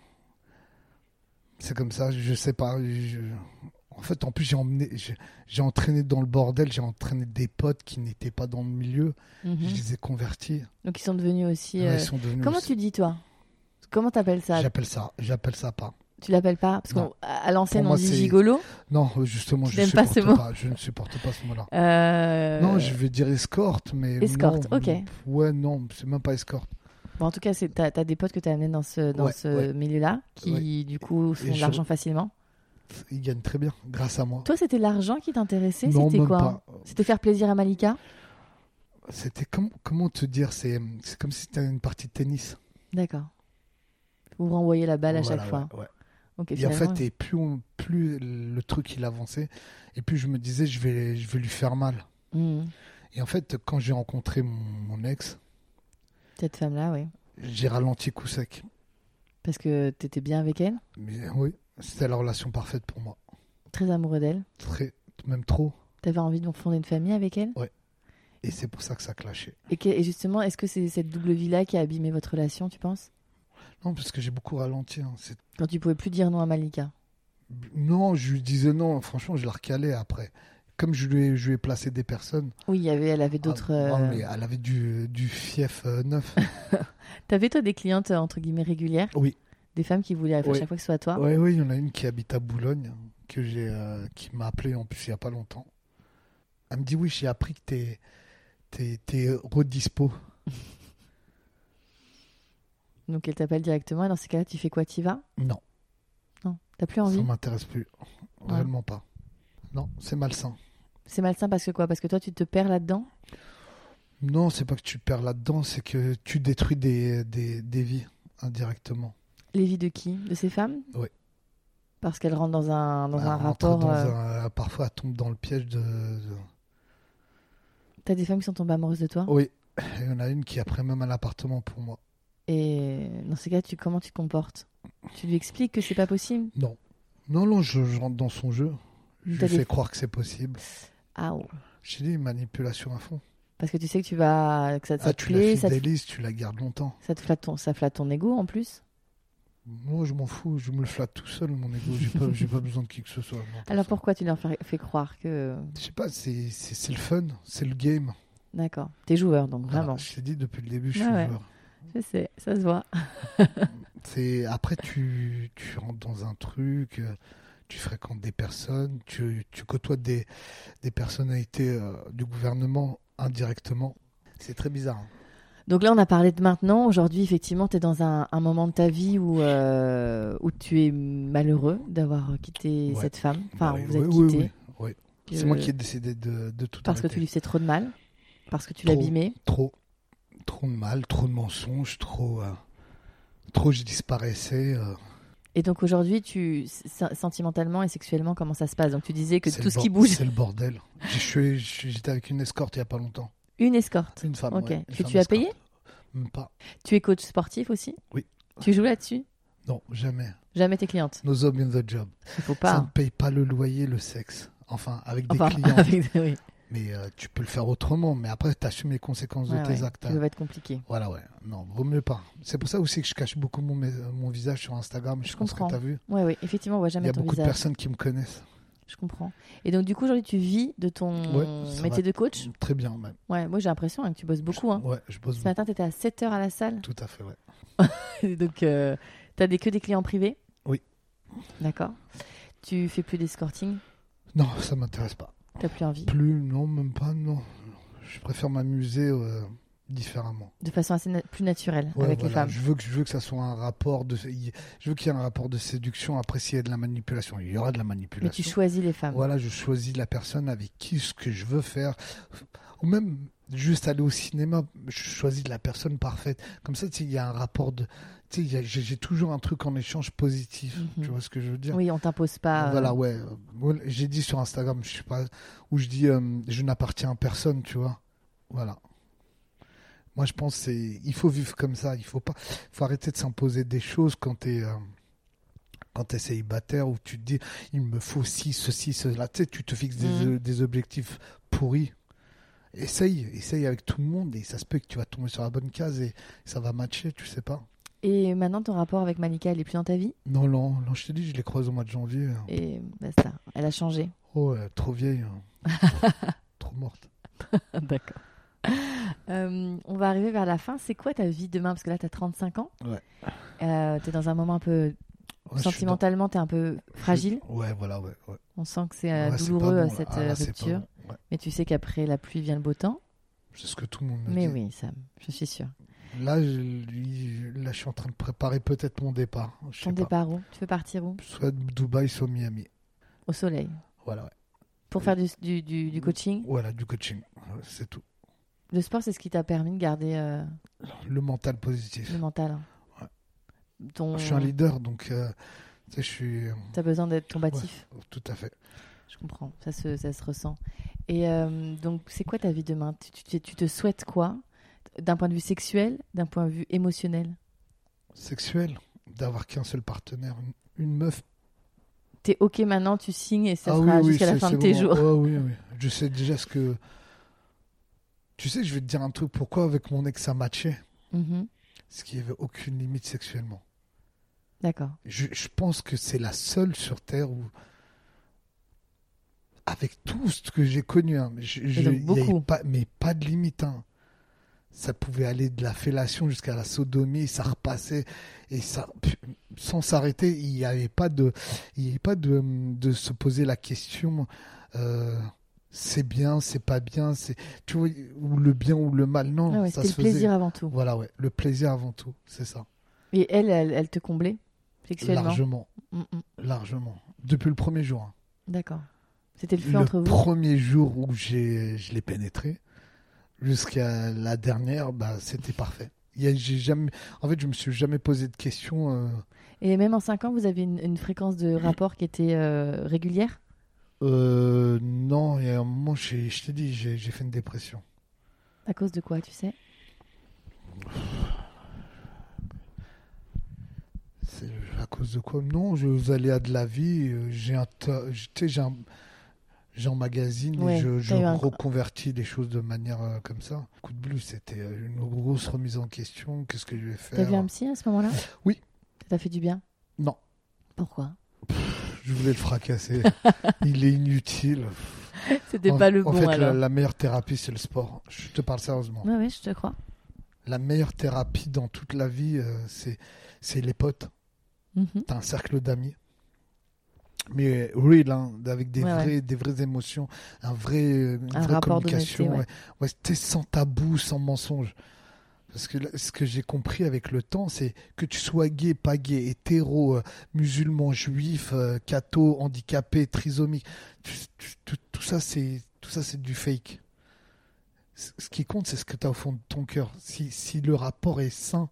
C'est comme ça, je sais pas. je- En fait, en plus, j'ai emmené, j'ai, j'ai entraîné dans le bordel, j'ai entraîné des potes qui n'étaient pas dans le milieu. Mhm. Je les ai convertis. Donc ils sont devenus aussi. Ouais, euh, ils sont devenus Comment aussi- tu dis toi? Comment t'appelles ça? J'appelle ça, j'appelle ça pas. Tu l'appelles pas? Parce Non. qu'à l'ancienne, Pour on moi, dit c'est- gigolo. Non, justement, Tu je n'aimes pas supporte ce mot? pas. Je ne supporte pas ce mot-là. Euh... Non, je vais dire escorte, mais Escorte, non, ok. Ouais, non, c'est même pas escorte. Bon, en tout cas, c'est, t'as, t'as des potes que t'as amenés dans ce, dans Ouais, ce ouais. milieu-là qui, Ouais. du coup, font Et de je- l'argent facilement. Ils gagnent très bien, grâce à moi. Toi, c'était l'argent qui t'intéressait? Non, C'était même quoi? pas. C'était faire plaisir à Malika? C'était comme, comment te dire, c'est, c'est comme si c'était une partie de tennis. D'accord. Vous renvoyez la balle à Voilà, chaque fois. ouais, ouais. Ok, Et en finalement, fait, et plus, on- plus le truc il avançait, et plus je me disais, je vais, je vais lui faire mal. hmm, Et en fait, quand j'ai rencontré mon, mon ex, cette femme-là, oui. j'ai ralenti coup sec. Parce que t'étais bien avec elle, Mais oui, c'était la relation parfaite pour moi. très amoureux d'elle. Très, même trop. T'avais envie de fonder une famille avec elle. Et c'est pour ça que ça clashait. Et, que- et justement, est-ce que c'est cette double vie-là qui a abîmé votre relation, tu penses? Non, parce que j'ai beaucoup ralenti. hein. C'est- Quand tu pouvais plus dire non à Malika. Non, je lui disais non. Franchement, je la recalais après. Comme je lui ai, je lui ai placé des personnes. Oui, il y avait, elle avait d'autres. Ah, non, euh, mais elle avait du, du fief euh, neuf. T'avais toi des clientes euh, entre guillemets régulières, Oui. des femmes qui voulaient à Oui. chaque fois que ce soit toi. Oui, oui, il y en a une qui habite à Boulogne, que j'ai, euh, qui m'a appelé en plus il n'y a pas longtemps. Elle me dit oui, j'ai appris que t'es, t'es, t'es redispo. Donc elle t'appelle directement. Et dans ces cas-là, tu fais quoi? T'y vas? Non, Non, t'as plus ça envie. m'intéresse plus. Réellement pas. Non, c'est malsain. C'est malsain parce que quoi? Parce que toi, tu te perds là-dedans. Non, c'est pas que tu perds là-dedans, c'est que tu détruis des, des, des vies indirectement. Les vies de qui? De ces femmes? Oui. Parce qu'elles rentrent dans un dans Elle un rentre rapport. dans euh, un- parfois, elle tombe dans le piège de. de- T'as des femmes qui sont tombées amoureuses de toi. Oui, et il y en a une qui a pris même un appartement pour moi. Et dans ces cas, tu comment tu te comportes? Tu lui expliques que c'est pas possible? Non, non, non, je, je rentre dans son jeu. Je T'as lui des- fais croire que c'est possible. Ah, oh. J'ai dit manipulation à fond. Parce que tu sais que tu vas que ça, ça Ah, te tu la plaît, ça te, fidélises, tu la gardes longtemps. ça te flatte ton ça flatte ton ego en plus. Moi, je m'en fous, je me le flatte tout seul, mon ego. J'ai pas, j'ai pas besoin de qui que ce soit. non, pour Alors ça. pourquoi tu leur fais, fais croire que Je sais pas, c'est, c'est, c'est le fun, c'est le game. d'accord, t'es joueur donc Voilà, vraiment. je t'ai dit depuis le début, je Ah suis ouais. joueur. Je sais, ça se voit. C'est, après, tu, tu rentres dans un truc, euh, tu fréquentes des personnes, tu, tu côtoies des, des personnalités euh, du gouvernement indirectement. C'est très bizarre. hein. Donc là, on a parlé de maintenant. Aujourd'hui, effectivement, tu es dans un, un moment de ta vie où, euh, où tu es malheureux d'avoir quitté Ouais. cette femme. Enfin, Oui, vous êtes oui, oui, quitté. oui, oui. que- C'est moi qui ai décidé de, de tout Parce que arrêter. tu lui faisais trop de mal. Parce que tu Trop. l'abîmais. Trop, trop de mal, trop de mensonges, trop, euh, trop je disparaissais. euh. Et donc aujourd'hui, tu sen- sentimentalement et sexuellement, comment ça se passe? Donc tu disais que C'est tout le ce qui bor- bouge. C'est le bordel. Je suis- je suis- J'étais avec une escorte il n'y a pas longtemps. Une escorte. Une femme. Ok. ouais, une Que femme tu as escorte. payé? Même pas. Tu es coach sportif aussi? Oui. Tu joues là-dessus? Non, jamais. Jamais tes clientes? Nos hommes in the job. Il faut Ça pas. ne paye pas le loyer, le sexe. Enfin, avec des Enfin, clients. avec- oui. Mais euh, tu peux le faire autrement. Mais après, tu assumes les conséquences Ouais, de tes ouais, actes. qui doit être compliqué. Voilà, ouais. Non, vaut mieux pas. C'est pour ça aussi que je cache beaucoup mon, mon visage sur Instagram. Je, Je pense que comprends. tu as vu. Ouais, oui. Effectivement, on voit Il jamais y a ton beaucoup de visage. personnes qui me connaissent. Je comprends. Et donc, du coup, aujourd'hui, tu vis de ton Ouais, ça métier va. de coach? Très bien, même. Ouais, moi, j'ai l'impression hein, que tu bosses beaucoup. Hein. Ouais, je bosse Ce matin, tu étais à sept heures à la salle. Tout à fait, ouais. Et donc, euh, tu as des, que des clients privés? Oui. D'accord. Tu fais plus d'escorting? Non, ça m'intéresse pas. Tu plus envie? Plus, non, même pas, non. Je préfère m'amuser euh, différemment. De façon assez na- plus naturelle Ouais, avec les voilà. femmes. Je veux que je veux que ça soit un rapport de, je veux qu'il y ait un rapport de séduction. Après, s'il y a de la manipulation, il y aura de la Mais manipulation. tu choisis les femmes. Voilà, je choisis la personne avec qui ce que je veux faire, ou même juste aller au cinéma. Je choisis la personne parfaite. Comme ça, tu sais, il y a un rapport de, tu sais, il y a- j'ai j'ai toujours un truc en échange positif. Mhm. Tu vois ce que je veux dire? Oui, on t'impose pas. euh, Voilà, ouais. Moi, j'ai dit sur Instagram, je sais pas, où je dis euh, je n'appartiens à personne, tu vois. Voilà. Moi, je pense c'est il faut vivre comme ça. Il faut pas, faut arrêter de s'imposer des choses quand t'es euh, quand t'es célibataire où tu te dis il me faut ci, ceci, cela. Tu sais, tu te fixes des, Mhm. des objectifs pourris. Essaye, essaye avec tout le monde et ça se peut que tu vas tomber sur la bonne case et ça va matcher, tu sais pas. Et maintenant, ton rapport avec Malika, elle est plus dans ta vie? Non, non, non, je t'ai dit, je l'ai croisée au mois de janvier. Et basta. Elle a changé. Oh, elle est trop vieille, hein. Trop morte. D'accord. Euh, on va arriver vers la fin. C'est quoi ta vie demain? Parce que là, tu as trente-cinq ans. Ouais. Euh, tu es dans un moment un peu Ouais, Sentimentalement, dans... tu es un peu fragile. Je... Ouais, voilà, ouais, ouais. On sent que c'est euh, ouais, douloureux c'est bon, cette ah, là, rupture. Bon. Ouais. Mais tu sais qu'après la pluie vient le beau temps. C'est ce que tout le monde me Mais dit. oui, Sam, je suis sûre. Là je, là, je suis en train de préparer peut-être mon départ. Je Ton départ pas. Où tu veux partir où? Soit Dubaï, soit Miami. Au soleil. Voilà, ouais. Pour faire du, du, du, du coaching? Voilà, du coaching. C'est tout. Le sport, c'est ce qui t'a permis de garder... Euh... Le mental positif. Le mental. Ouais. Ton... Je suis un leader, donc euh, tu sais, je suis... T'as besoin d'être combatif. Ouais, tout à fait. Je comprends, ça se, ça se ressent. Et euh, donc, c'est quoi ta vie demain? tu, tu, tu te souhaites quoi? D'un point de vue sexuel, d'un point de vue émotionnel? Sexuel, d'avoir qu'un seul partenaire, une, une meuf. T'es OK maintenant, tu signes et ça ah sera oui, jusqu'à oui, la fin de bon. tes jours. Oh, oui, oui. Je sais déjà ce que... Tu sais, je vais te dire un truc. Pourquoi avec mon ex ça matchait? Mm-hmm. Parce qu'il n'y avait aucune limite sexuellement. D'accord. Je, je pense que c'est la seule sur Terre où... Avec tout ce que j'ai connu, hein, je, je, donc, beaucoup. Pas, mais pas de limite. Hein. Ça pouvait aller de la fellation jusqu'à la sodomie, ça repassait et ça, sans s'arrêter. Il n'y avait pas de, il y avait pas de, de se poser la question. Euh, c'est bien, c'est pas bien, c'est, tu vois, ou le bien ou le mal. Non, ah ouais, ça c'était se le faisait. plaisir avant tout. Voilà, ouais, le plaisir avant tout, c'est ça. Et elle, elle, elle te comblait sexuellement? Largement, Mm-mm. largement. Depuis le premier jour. Hein. D'accord. C'était le feu le entre vous? Le premier jour où j'ai, je l'ai pénétré, jusqu'à la dernière, bah, c'était parfait. Il y a, j'ai jamais, en fait, je me suis jamais posé de questions. Euh... Et même en cinq ans, vous avez une, une fréquence de rapport qui était euh, régulière? euh, Non, il y a un moment, j'ai, je t'ai dit, j'ai, j'ai fait une dépression. À cause de quoi, tu sais? C'est à cause de quoi? Non, je vous aléas de la vie. J'ai un, ta... tu sais, j'ai un... j'emmagasine ouais, et je, je un... reconvertis les choses de manière euh, comme ça. Coup de blues, c'était une grosse remise en question. Qu'est-ce que je vais faire? T'as vu un psy à ce moment-là? Oui. Ça t'a fait du bien? Non. Pourquoi? Pff, je voulais le fracasser. Il est inutile. C'était en, pas le en bon fait, alors. La, la meilleure thérapie, c'est le sport. Je te parle sérieusement. Ouais, ouais, je te crois. La meilleure thérapie dans toute la vie, euh, c'est, c'est les potes. Mm-hmm. T'as un cercle d'amis. Mais real, hein, avec des, ouais, vrais, ouais. des vraies émotions, un vrai, une un vraie communication. Ouais. Ouais. Ouais, c'était sans tabou, sans mensonge. Parce que là, ce que j'ai compris avec le temps, c'est que tu sois gay, pas gay, hétéro, euh, musulman, juif, euh, catho, handicapé, trisomique, tout, tout, tout, ça, c'est, tout ça, c'est du fake. Ce qui compte, c'est ce que tu as au fond de ton cœur. Si, si le rapport est sain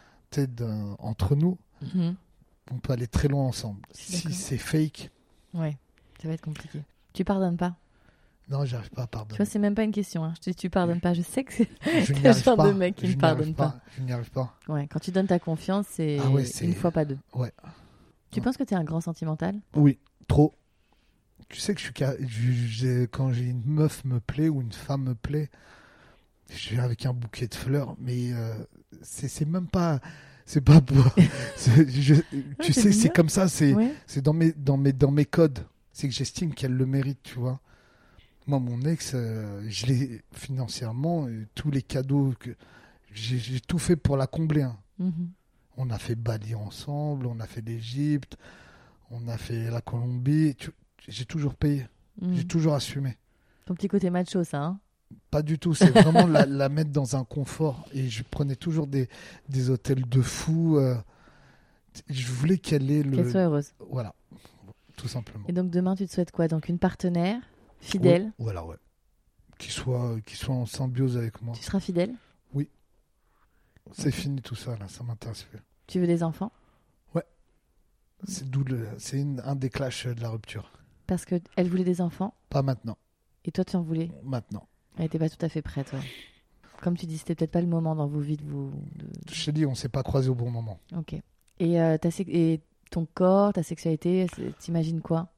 entre nous, mm-hmm. on peut aller très loin ensemble. Si c'est fake... Ouais, ça va être compliqué. Tu pardonnes pas? Non, j'arrive pas à pardonner. Tu vois, c'est même pas une question. Hein. Je te dis, tu pardonnes pas. Je sais que c'est le genre pas. de mec qui je ne pardonne pas. pas. Je n'y arrive pas. Ouais, quand tu donnes ta confiance, c'est, ah ouais, une fois pas deux. Ouais. Tu ouais. penses que tu es un grand sentimental? Oui, trop. Tu sais que je suis je, je, quand j'ai une meuf me plaît ou une femme me plaît, je viens avec un bouquet de fleurs, mais euh, c'est, c'est même pas... C'est pas pour... c'est, je, ouais, tu sais, c'est comme ça, c'est, ouais. c'est dans, mes, dans, mes, dans mes codes. C'est que j'estime qu'elle le mérite, tu vois. Moi, mon ex, euh, je l'ai financièrement, euh, tous les cadeaux, que j'ai, j'ai tout fait pour la combler. Hein. Mm-hmm. On a fait Bali ensemble, on a fait l'Égypte, on a fait la Colombie. Tu, j'ai toujours payé, mm. j'ai toujours assumé. Ton petit côté macho, ça, hein? Pas du tout, c'est vraiment la, la mettre dans un confort. Et je prenais toujours des, des hôtels de fous. Euh, je voulais qu'elle ait le... Qu'elle soit heureuse. Voilà, tout simplement. Et donc demain, tu te souhaites quoi? Donc une partenaire fidèle? Oui, voilà, ouais. Qui soit, qui soit en symbiose avec moi. Tu seras fidèle? Oui. C'est okay. Fini tout ça, là, ça m'intéresse plus. Tu veux des enfants? Ouais. C'est, d'où le, c'est une, un des clashs de la rupture. Parce qu'elle voulait des enfants? Pas maintenant. Et toi, tu en voulais? Maintenant. Elle n'était pas tout à fait prête, ouais. Comme tu dis, c'était peut-être pas le moment dans vos vies de vous... De... Je te dis, on ne s'est pas croisés au bon moment. Ok. Et, euh, ta sec... Et ton corps, ta sexualité, t'imagines quoi?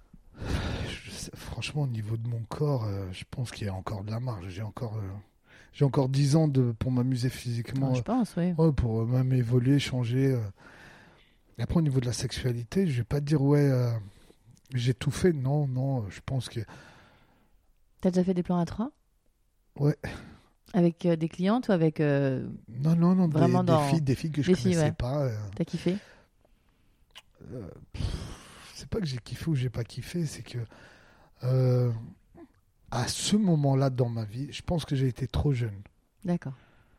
je sais, Franchement, au niveau de mon corps, euh, je pense qu'il y a encore de la marge. J'ai encore, euh, j'ai encore dix ans de, pour m'amuser physiquement. Ah, je pense, oui. Euh, ouais, pour même évoluer, changer. Euh. Et après, au niveau de la sexualité, je ne vais pas te dire, ouais, euh, j'ai tout fait. Non, non, je pense que... T'as déjà fait des plans à trois? Ouais. Avec euh, des clientes ou avec... Euh, non, non, non, vraiment des, dans... des filles, des filles que je ne connaissais ouais. pas. Euh... T'as kiffé? euh, pff, c'est pas que j'ai kiffé ou j'ai pas kiffé, c'est que euh, à ce moment-là dans ma vie, je pense que j'ai été trop jeune. D'accord.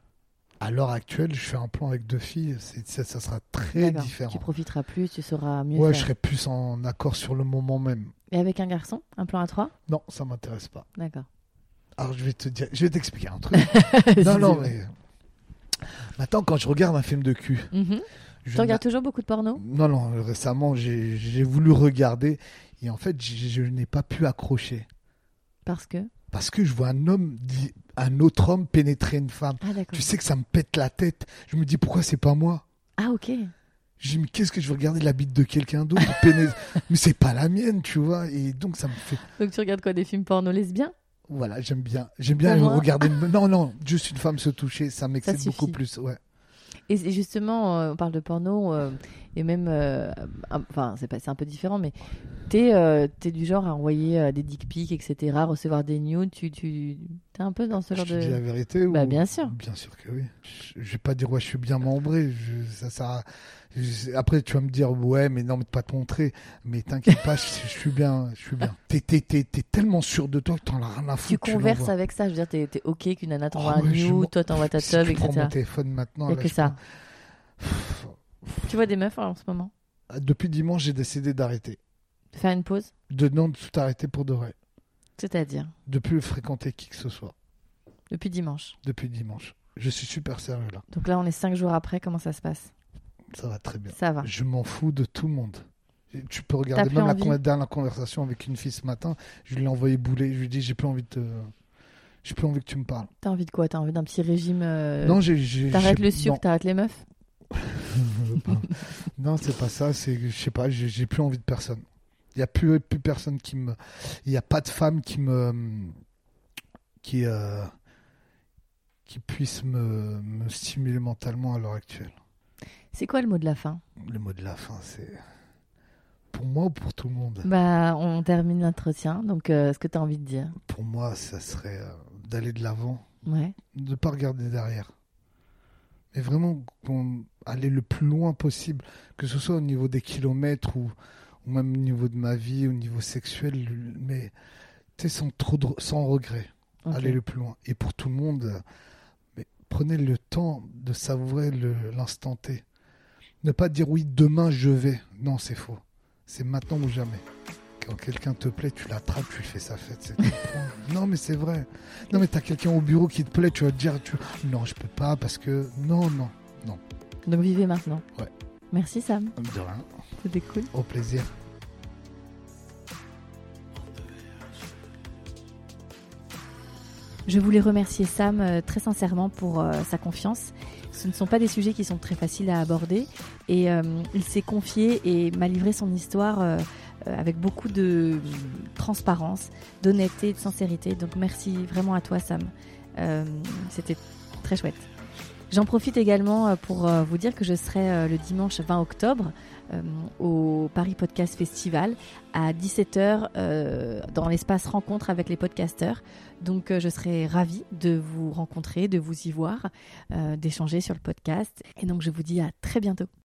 À l'heure actuelle, je fais un plan avec deux filles, c'est, ça, ça sera très D'accord. différent. Tu profiteras plus, tu sauras mieux Ouais, faire. je serai plus en accord sur le moment même. Et avec un garçon, un plan à trois? Non, ça m'intéresse pas. D'accord. Alors je vais te dire, je vais t'expliquer un truc. non, non, mais maintenant quand je regarde un film de cul, Mm-hmm. je Tu regardes toujours beaucoup de porno? Non, non, récemment j'ai, j'ai voulu regarder et en fait je, je n'ai pas pu accrocher Parce que? parce que je vois un homme, un autre homme pénétrer une femme. Ah d'accord. Tu sais que ça me pète la tête. Je me dis pourquoi c'est pas moi? Ah ok. Je dis mais qu'est-ce que je veux regarder la bite de quelqu'un d'autre péné- mais c'est pas la mienne, tu vois, et donc ça me fait. Donc tu regardes quoi, des films porno lesbiens? Voilà, j'aime bien. J'aime bien Pour moi. regarder. Une... Non, non, juste une femme se toucher, ça m'excite suffit. beaucoup plus. Ouais. Et justement, euh, on parle de porno, euh, et même, euh, un- enfin, c'est pas, c'est un peu différent, mais t'es, euh, t'es du genre à envoyer euh, des dick pics, et cetera, recevoir des nudes, tu, tu, t'es un peu dans ce Je genre te dis de... la vérité ou... Bah, bien sûr. Bien sûr que oui. Je, je vais pas dire ouais, je suis bien membré. Je, ça, ça, je- après, tu vas me dire ouais, mais non, mais de pas te montrer. Mais t'inquiète pas, je, je suis bien, je suis bien. T'es, t'es, t'es, t'es tellement sûr de toi que t'en as rien à Tu foutre. converses l'envoies. avec ça, je veux dire, t'es, t'es ok qu'une nana t'envoie Oh, un ouais, je m'en- nude, toi t'envoies ta Si teub, tu prends et cetera. mon téléphone maintenant. Il y a là, que je ça. prends- Tu vois des meufs en ce moment? Depuis dimanche, j'ai décidé d'arrêter. De faire une pause? De non, de tout arrêter pour de vrai. C'est-à-dire? De plus fréquenter qui que ce soit. Depuis dimanche. Depuis dimanche. Je suis super sérieux là. Donc là, on est cinq jours après, comment ça se passe? Ça va très bien. Ça va. Je m'en fous de tout le monde. Et tu peux T'as regarder plus même la, envie con- dernière conversation avec une fille ce matin. Je lui ai envoyé bouler. Je lui ai dit j'ai plus envie de te... J'ai plus envie que tu me parles. T'as envie de quoi? T'as envie d'un petit régime euh, non, j'ai... j'ai T'arrêtes j'ai- le sucre, non. t'arrêtes les meufs? Je veux pas. Non, c'est pas ça. C'est, je sais pas. J'ai, j'ai plus envie de personne. Il y a plus, plus personne qui me. Il y a pas de femme qui me, qui, euh, qui puisse me, me stimuler mentalement à l'heure actuelle. C'est quoi le mot de la fin? Le mot de la fin, c'est pour moi ou pour tout le monde. Bah, on termine l'entretien, donc euh, ce que t'as envie de dire? Pour moi, ça serait euh, d'aller de l'avant, Ouais. de pas regarder derrière. Mais vraiment qu'on aller le plus loin possible, que ce soit au niveau des kilomètres ou, ou même au niveau de ma vie, au niveau sexuel, mais tu sais, sans trop de, sans regret, Ok. aller le plus loin. Et pour tout le monde, euh, mais prenez le temps de savourer le, l'instant T. Ne pas dire oui, demain je vais. Non, c'est faux. C'est maintenant ou jamais. Quand quelqu'un te plaît, tu l'attrapes, tu lui fais sa fête. C'est tout. Non, mais c'est vrai. Non, mais t'as quelqu'un au bureau qui te plaît, tu vas te dire, tu... non, je peux pas parce que... Non, non, non. Donc vivez maintenant. Ouais. Merci Sam, De rien. c'était cool. Au plaisir. Je voulais remercier Sam euh, très sincèrement pour euh, sa confiance. Ce ne sont pas des sujets qui sont très faciles à aborder et euh, il s'est confié et m'a livré son histoire euh, euh, avec beaucoup de euh, transparence, d'honnêteté et de sincérité. Donc merci vraiment à toi Sam. Euh, c'était très chouette. J'en profite également pour vous dire que je serai le dimanche vingt octobre euh, au Paris Podcast Festival à dix-sept heures euh, dans l'espace rencontre avec les podcasteurs. Donc euh, je serai ravie de vous rencontrer, de vous y voir, euh, d'échanger sur le podcast. Et donc je vous dis à très bientôt.